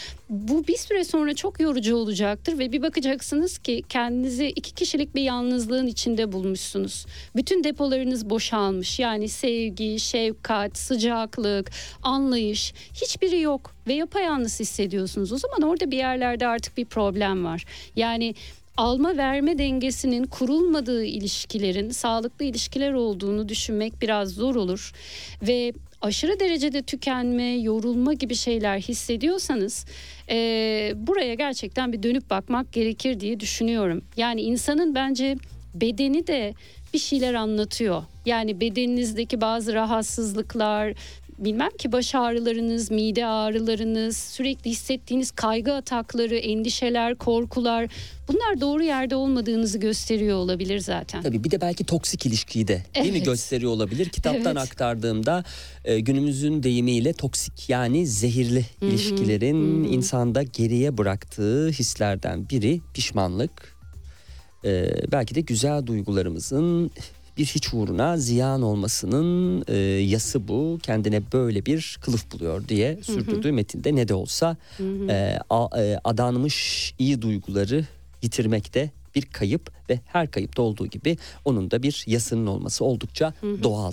Bu bir süre sonra çok yorucu olacaktır ve bir bakacaksınız ki kendinizi 2 kişilik bir yalnızlığın içinde bulmuşsunuz. Bütün depolarınız boşalmış. Yani sevgi, şefkat, sıcaklık, anlayış hiçbiri yok ve yapayalnız hissediyorsunuz. O zaman orada bir yerlerde artık bir problem var. Yani alma verme dengesinin kurulmadığı ilişkilerin sağlıklı ilişkiler olduğunu düşünmek biraz zor olur. Ve aşırı derecede tükenme, yorulma gibi şeyler hissediyorsanız buraya gerçekten bir dönüp bakmak gerekir diye düşünüyorum. Yani insanın bence bedeni de bir şeyler anlatıyor. Yani bedeninizdeki bazı rahatsızlıklar, bilmem ki baş ağrılarınız, mide ağrılarınız, sürekli hissettiğiniz kaygı atakları, endişeler, korkular, bunlar doğru yerde olmadığınızı gösteriyor olabilir zaten. Tabii bir de belki toksik ilişkiyi de değil mi gösteriyor olabilir. Kitaptan aktardığımda günümüzün deyimiyle toksik yani zehirli ilişkilerin insanda geriye bıraktığı hislerden biri pişmanlık. Belki de güzel duygularımızın bir hiç uğruna ziyan olmasının yası bu. Kendine böyle bir kılıf buluyor diye sürdürdüğü metinde ne de olsa adanmış iyi duyguları yitirmekte bir kayıp ve her kayıpta olduğu gibi onun da bir yasının olması oldukça doğal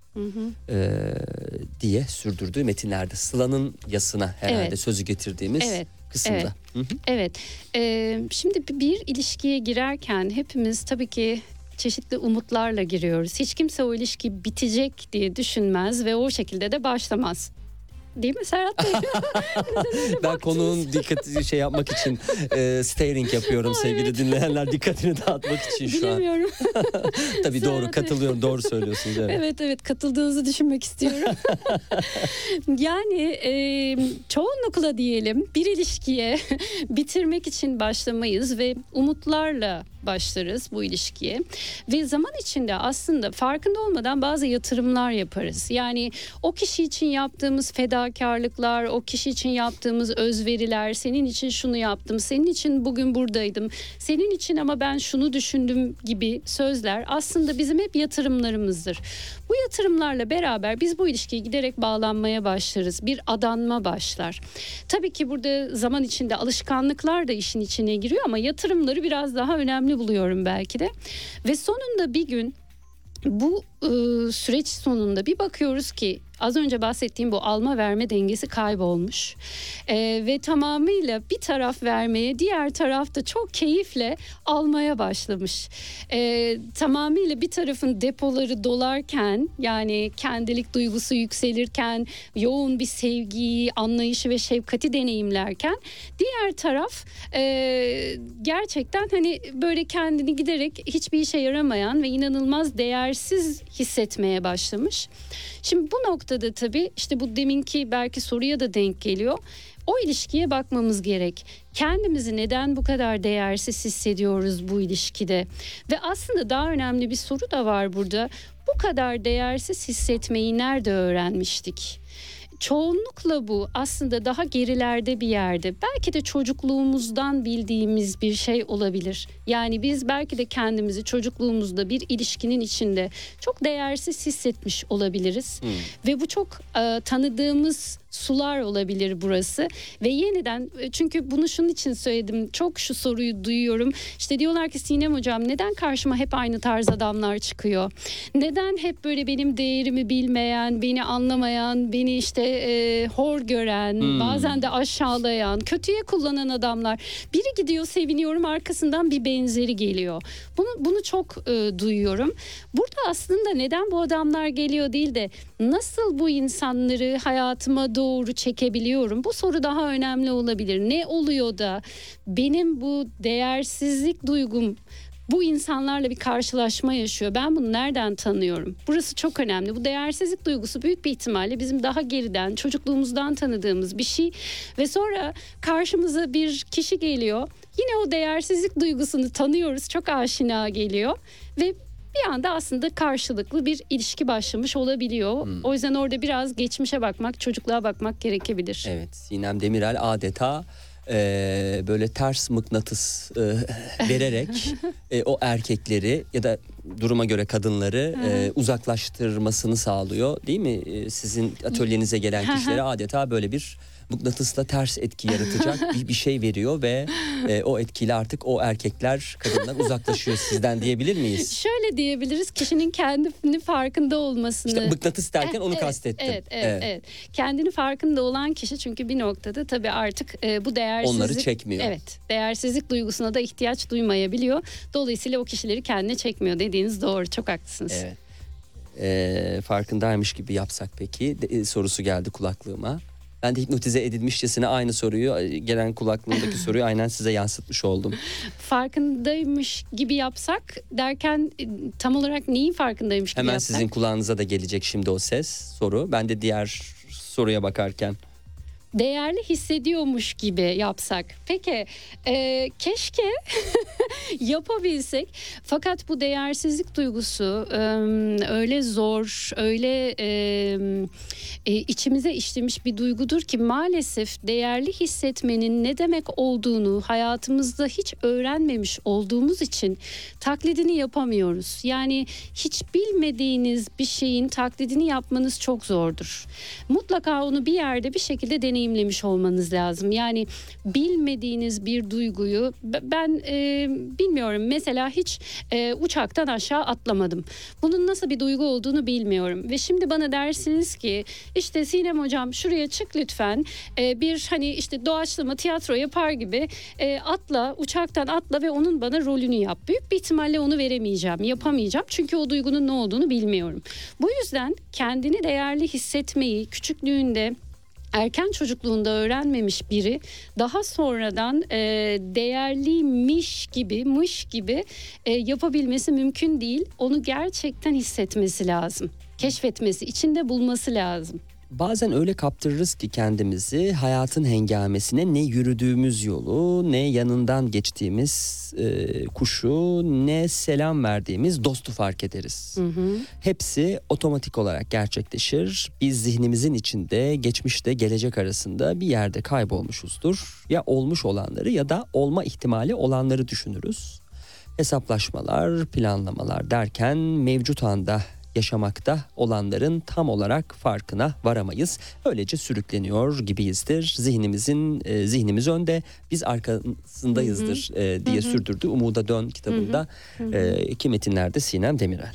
diye sürdürdüğü metinlerde. Sıla'nın yasına herhalde sözü getirdiğimiz kısımda. Evet. Şimdi bir ilişkiye girerken hepimiz tabii ki çeşitli umutlarla giriyoruz. Hiç kimse o ilişki bitecek diye düşünmez ve o şekilde de başlamaz. Değil mi Serhat Bey? Ben konuğun dikkatini yapmak için steering yapıyorum sevgili dinleyenler. Dikkatini dağıtmak için şu an. Bilemiyorum. Tabii doğru, katılıyorum. Doğru söylüyorsunuz. Evet katıldığınızı düşünmek istiyorum. Yani çoğunlukla diyelim bir ilişkiye bitirmek için başlamayız ve umutlarla başlarız bu ilişkiye. Ve zaman içinde aslında farkında olmadan bazı yatırımlar yaparız. Yani o kişi için yaptığımız fedakarlıklar, o kişi için yaptığımız özveriler, senin için şunu yaptım, senin için bugün buradaydım, senin için ama ben şunu düşündüm gibi sözler aslında bizim hep yatırımlarımızdır. Bu yatırımlarla beraber biz bu ilişkiye giderek bağlanmaya başlarız. Bir adanma başlar. Tabii ki burada zaman içinde alışkanlıklar da işin içine giriyor ama yatırımları biraz daha önemli buluyorum belki de. Ve sonunda bir gün bu süreç sonunda bir bakıyoruz ki az önce bahsettiğim bu alma verme dengesi kaybolmuş ve tamamıyla bir taraf vermeye, diğer taraf da çok keyifle almaya başlamış. Tamamıyla bir tarafın depoları dolarken, yani kendilik duygusu yükselirken, yoğun bir sevgiyi, anlayışı ve şefkati deneyimlerken, diğer taraf gerçekten hani böyle kendini giderek hiçbir işe yaramayan ve inanılmaz değersiz hissetmeye başlamış. Şimdi bu noktada tabii işte bu deminki belki soruya da denk geliyor. O ilişkiye bakmamız gerek. Kendimizi neden bu kadar değersiz hissediyoruz bu ilişkide? Ve aslında daha önemli bir soru da var burada. Bu kadar değersiz hissetmeyi nerede öğrenmiştik? Çoğunlukla bu aslında daha gerilerde bir yerde. Belki de çocukluğumuzdan bildiğimiz bir şey olabilir. Yani biz belki de kendimizi çocukluğumuzda bir ilişkinin içinde çok değersiz hissetmiş olabiliriz. Ve bu çok tanıdığımız sular olabilir burası. Ve yeniden, çünkü bunu şunun için söyledim. Çok şu soruyu duyuyorum. İşte diyorlar ki Sinem hocam neden karşıma hep aynı tarz adamlar çıkıyor? Neden hep böyle benim değerimi bilmeyen, beni anlamayan, beni işte hor gören, bazen de aşağılayan, kötüye kullanan adamlar. Biri gidiyor, seviniyorum, arkasından bir benzeri geliyor. Bunu çok duyuyorum. Burada aslında neden bu adamlar geliyor değil de nasıl bu insanları hayatıma doğru çekebiliyorum? Bu soru daha önemli olabilir. Ne oluyor da benim bu değersizlik duygum bu insanlarla bir karşılaşma yaşıyor? Ben bunu nereden tanıyorum? Burası çok önemli. Bu değersizlik duygusu büyük bir ihtimalle bizim daha geriden, çocukluğumuzdan tanıdığımız bir şey. Ve sonra karşımıza bir kişi geliyor. Yine o değersizlik duygusunu tanıyoruz. Çok aşina geliyor. Ve bir anda aslında karşılıklı bir ilişki başlamış olabiliyor. O yüzden orada biraz geçmişe bakmak, çocukluğa bakmak gerekebilir. Evet, Sinem Demirel adeta böyle ters mıknatıs vererek o erkekleri ya da duruma göre kadınları uzaklaştırmasını sağlıyor, değil mi? Sizin atölyenize gelen kişilere adeta böyle bir mıknatısla ters etki yaratacak bir şey veriyor ve o etkiyle artık o erkekler kadınlar uzaklaşıyor sizden diyebilir miyiz? Şöyle diyebiliriz, kişinin kendini farkında olmasını. İşte mıknatıs derken onu kastettim. Evet. Kendini farkında olan kişi çünkü bir noktada tabii artık bu değersizlik. Onları çekmiyor. Evet, değersizlik duygusuna da ihtiyaç duymayabiliyor. Dolayısıyla o kişileri kendine çekmiyor dediğiniz doğru, çok haklısınız. Evet. Farkındaymış gibi yapsak peki sorusu geldi kulaklığıma. Ben de hipnotize edilmişçesine aynı soruyu, gelen kulaklığımdaki soruyu aynen size yansıtmış oldum. Farkındaymış gibi yapsak derken tam olarak neyin farkındaymış gibi Hemen yapsak? sizin kulağınıza da gelecek şimdi o soru. Ben de diğer soruya bakarken. Değerli hissediyormuş gibi yapsak. Peki keşke yapabilsek. Fakat bu değersizlik duygusu öyle zor, öyle içimize işlemiş bir duygudur ki maalesef değerli hissetmenin ne demek olduğunu hayatımızda hiç öğrenmemiş olduğumuz için taklidini yapamıyoruz. Yani hiç bilmediğiniz bir şeyin taklidini yapmanız çok zordur. Mutlaka onu bir yerde bir şekilde deneyimlemiş olmanız lazım. Yani bilmediğiniz bir duyguyu ben bilmiyorum. Mesela hiç uçaktan aşağı atlamadım. Bunun nasıl bir duygu olduğunu bilmiyorum. Ve şimdi bana dersiniz ki işte Sinem hocam şuraya çık lütfen. Bir hani işte doğaçlama tiyatro yapar gibi atla, uçaktan atla ve onun bana rolünü yap. Büyük bir ihtimalle onu veremeyeceğim, yapamayacağım. Çünkü o duygunun ne olduğunu bilmiyorum. Bu yüzden kendini değerli hissetmeyi küçüklüğünde, erken çocukluğunda öğrenmemiş biri daha sonradan değerliymiş gibi yapabilmesi mümkün değil. Onu gerçekten hissetmesi lazım. Keşfetmesi, içinde bulması lazım. Bazen öyle kaptırırız ki kendimizi hayatın hengamesine, ne yürüdüğümüz yolu, ne yanından geçtiğimiz kuşu, ne selam verdiğimiz dostu fark ederiz. Hepsi otomatik olarak gerçekleşir. Biz zihnimizin içinde geçmişte gelecek arasında bir yerde kaybolmuşuzdur. Ya olmuş olanları ya da olma ihtimali olanları düşünürüz. Hesaplaşmalar, planlamalar derken mevcut anda yaşamakta olanların tam olarak farkına varamayız. Öylece sürükleniyor gibiyizdir. Zihnimiz önde, biz arkasındayızdır diye sürdürdü Umuda Dön kitabında iki metinlerde Sinem Demirel.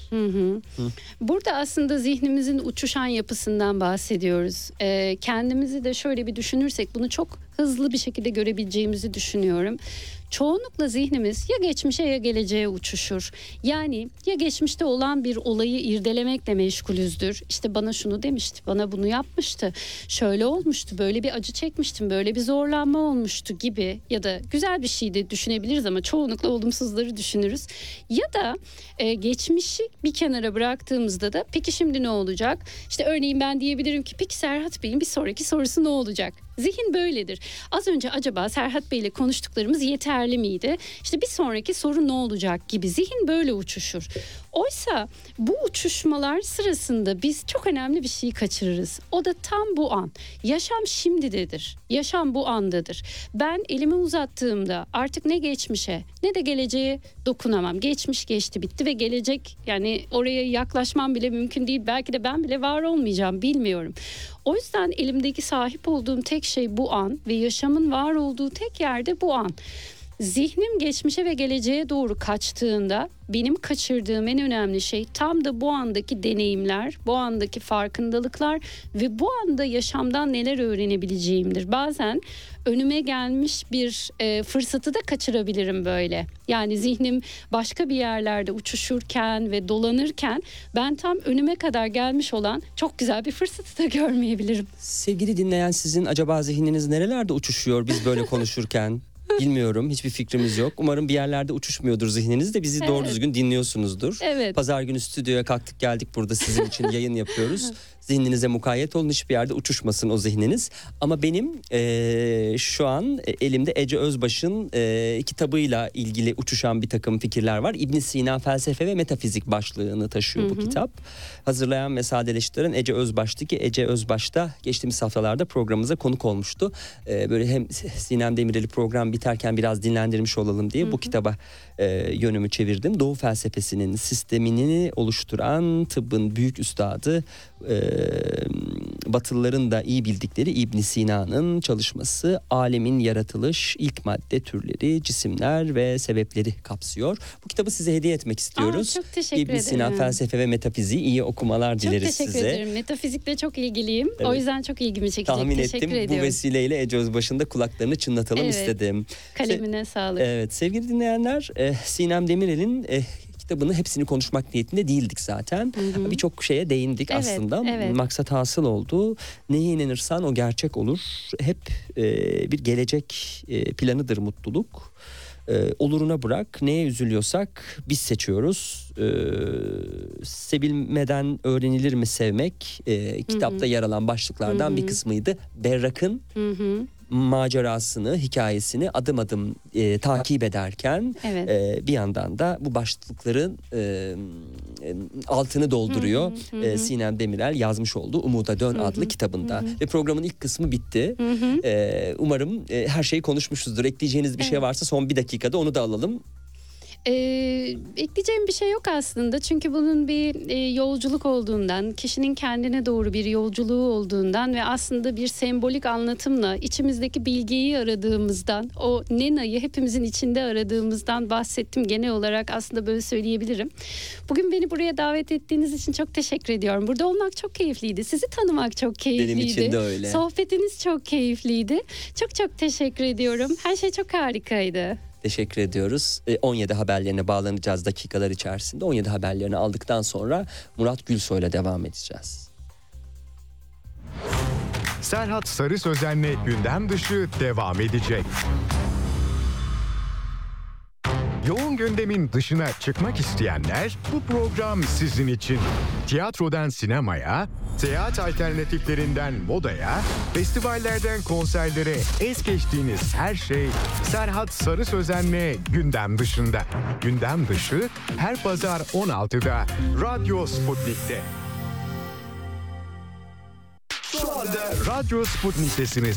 Burada aslında zihnimizin uçuşan yapısından bahsediyoruz. Kendimizi de şöyle bir düşünürsek bunu çok hızlı bir şekilde görebileceğimizi düşünüyorum. Çoğunlukla zihnimiz ya geçmişe ya geleceğe uçuşur. Yani ya geçmişte olan bir olayı irdelemekle meşgulüzdür. İşte bana şunu demişti, bana bunu yapmıştı, şöyle olmuştu, böyle bir acı çekmiştim, böyle bir zorlanma olmuştu gibi, ya da güzel bir şey de düşünebiliriz ama çoğunlukla olumsuzları düşünürüz. Ya da geçmişi bir kenara bıraktığımızda da peki şimdi ne olacak? İşte örneğin ben diyebilirim ki peki Serhat Bey'in bir sonraki sorusu ne olacak? Zihin böyledir. Az önce acaba Serhat Bey ile konuştuklarımız yeterli miydi? İşte bir sonraki soru ne olacak gibi zihin böyle uçuşur. Oysa bu uçuşmalar sırasında biz çok önemli bir şeyi kaçırırız. O da tam bu an. Yaşam şimdidedir. Yaşam bu andadır. Ben elimi uzattığımda artık ne geçmişe ne de geleceğe dokunamam. Geçmiş geçti bitti ve gelecek, yani oraya yaklaşmam bile mümkün değil. Belki de ben bile var olmayacağım, bilmiyorum. O yüzden elimdeki sahip olduğum tek şey bu an ve yaşamın var olduğu tek yerde bu an. Zihnim geçmişe ve geleceğe doğru kaçtığında benim kaçırdığım en önemli şey tam da bu andaki deneyimler, bu andaki farkındalıklar ve bu anda yaşamdan neler öğrenebileceğimdir. Bazen önüme gelmiş bir fırsatı da kaçırabilirim böyle. Yani zihnim başka bir yerlerde uçuşurken ve dolanırken ben tam önüme kadar gelmiş olan çok güzel bir fırsatı da görmeyebilirim. Sevgili dinleyen, sizin acaba zihniniz nerelerde uçuşuyor biz böyle konuşurken? Bilmiyorum, hiçbir fikrimiz yok. Umarım bir yerlerde uçuşmuyordur zihniniz de bizi doğru düzgün dinliyorsunuzdur. Evet. Pazar günü stüdyoya kalktık geldik, burada sizin için yayın yapıyoruz. Zihninize mukayyet olun, hiçbir yerde uçuşmasın o zihniniz. Ama benim şu an elimde Ece Özbaş'ın kitabıyla ilgili uçuşan bir takım fikirler var. İbn Sina Felsefe ve Metafizik başlığını taşıyor bu kitap. Hazırlayan ve sadeleştiren Ece Özbaş'tı ki Ece Özbaş da geçtiğimiz haftalarda programımıza konuk olmuştu. Böyle hem Sinem Demirel'i program biterken biraz dinlendirmiş olalım diye bu kitaba yönümü çevirdim. Doğu felsefesinin sistemini oluşturan tıbbın büyük üstadı Batılıların da iyi bildikleri İbn Sina'nın çalışması alemin yaratılış, ilk madde türleri, cisimler ve sebepleri kapsıyor. Bu kitabı size hediye etmek istiyoruz. Çok teşekkür İbn Sina ederim. felsefe ve metafiziği, iyi okumalar Çok dileriz teşekkür size. ederim. Metafizikle çok ilgiliyim. Evet. O yüzden çok ilgimi çekecek. Tahmin teşekkür ettim. ediyorum. Bu vesileyle Ece Özbaşı'nda kulaklarını çınlatalım Evet. istedim. Kalemine sağlık. Evet, sevgili dinleyenler, Sinem Demirel'in kitabını hepsini konuşmak niyetinde değildik zaten. Birçok şeye değindik Evet, aslında. evet. Maksat hasıl oldu. Neye inanırsan o gerçek olur. Hep bir gelecek planıdır mutluluk. Oluruna bırak. Neye üzülüyorsak biz seçiyoruz. Sevilmeden öğrenilir mi sevmek? Kitapta yer alan başlıklardan bir kısmıydı. Berrak'ın macerasını, hikayesini adım adım takip ederken Evet. bir yandan da bu başlıkların altını dolduruyor. Sinem Demirel yazmış olduğu Umuda Dön adlı kitabında. Ve programın ilk kısmı bitti. Umarım her şeyi konuşmuşuzdur. Ekleyeceğiniz bir şey varsa son bir dakikada onu da alalım. Ekleyeceğim bir şey yok aslında. Çünkü bunun bir yolculuk olduğundan, kişinin kendine doğru bir yolculuğu olduğundan ve aslında bir sembolik anlatımla içimizdeki bilgiyi aradığımızdan, o Nena'yı hepimizin içinde aradığımızdan bahsettim. Genel olarak aslında böyle söyleyebilirim. Bugün beni buraya davet ettiğiniz için çok teşekkür ediyorum. Burada olmak çok keyifliydi. Sizi tanımak çok keyifliydi. Benim için de öyle. Sohbetiniz çok keyifliydi. Çok çok teşekkür ediyorum. Her şey çok harikaydı. Teşekkür ediyoruz. 17 haberlerine bağlanacağız dakikalar içerisinde. 17 haberlerini aldıktan sonra Murat Gülsoy'la devam edeceğiz. Serhat Sarı Sözen'le gündem dışı devam edecek. Yoğun gündemin dışına çıkmak isteyenler, bu program sizin için. Tiyatrodan sinemaya, seyahat alternatiflerinden modaya, festivallerden konserlere es geçtiğiniz her şey Serhat Sarı Sözen'le gündem dışında. Gündem dışı her pazar 16'da Radyo Sputnik'te. Şu anda Radyo Sputnik'tesiniz.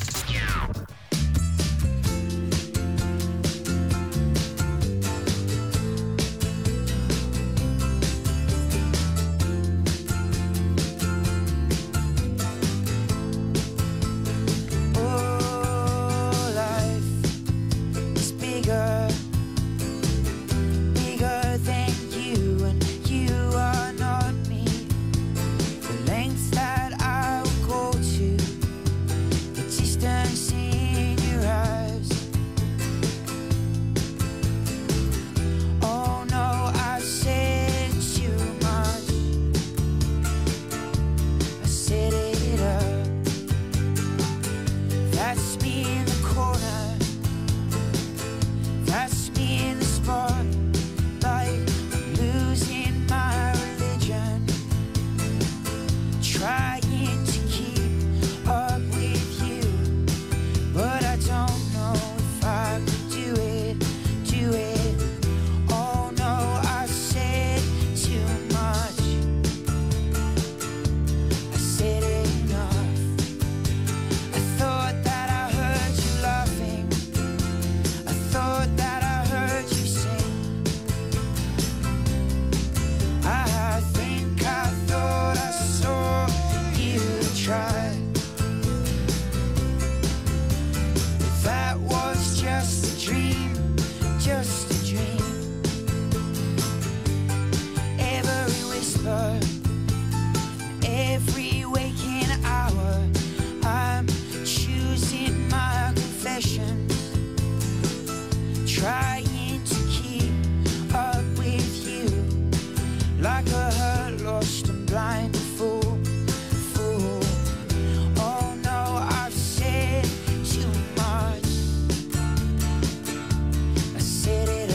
Said it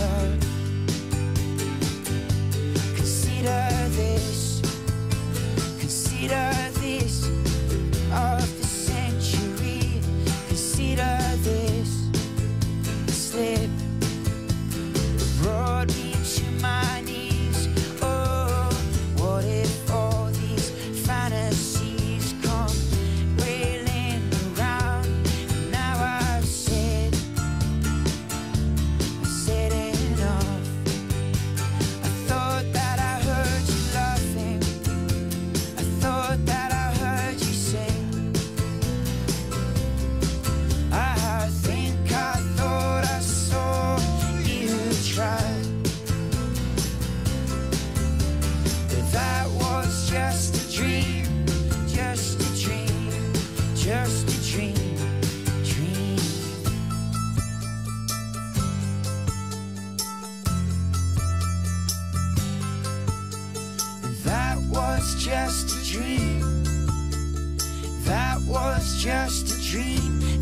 was just a dream. That was just a dream.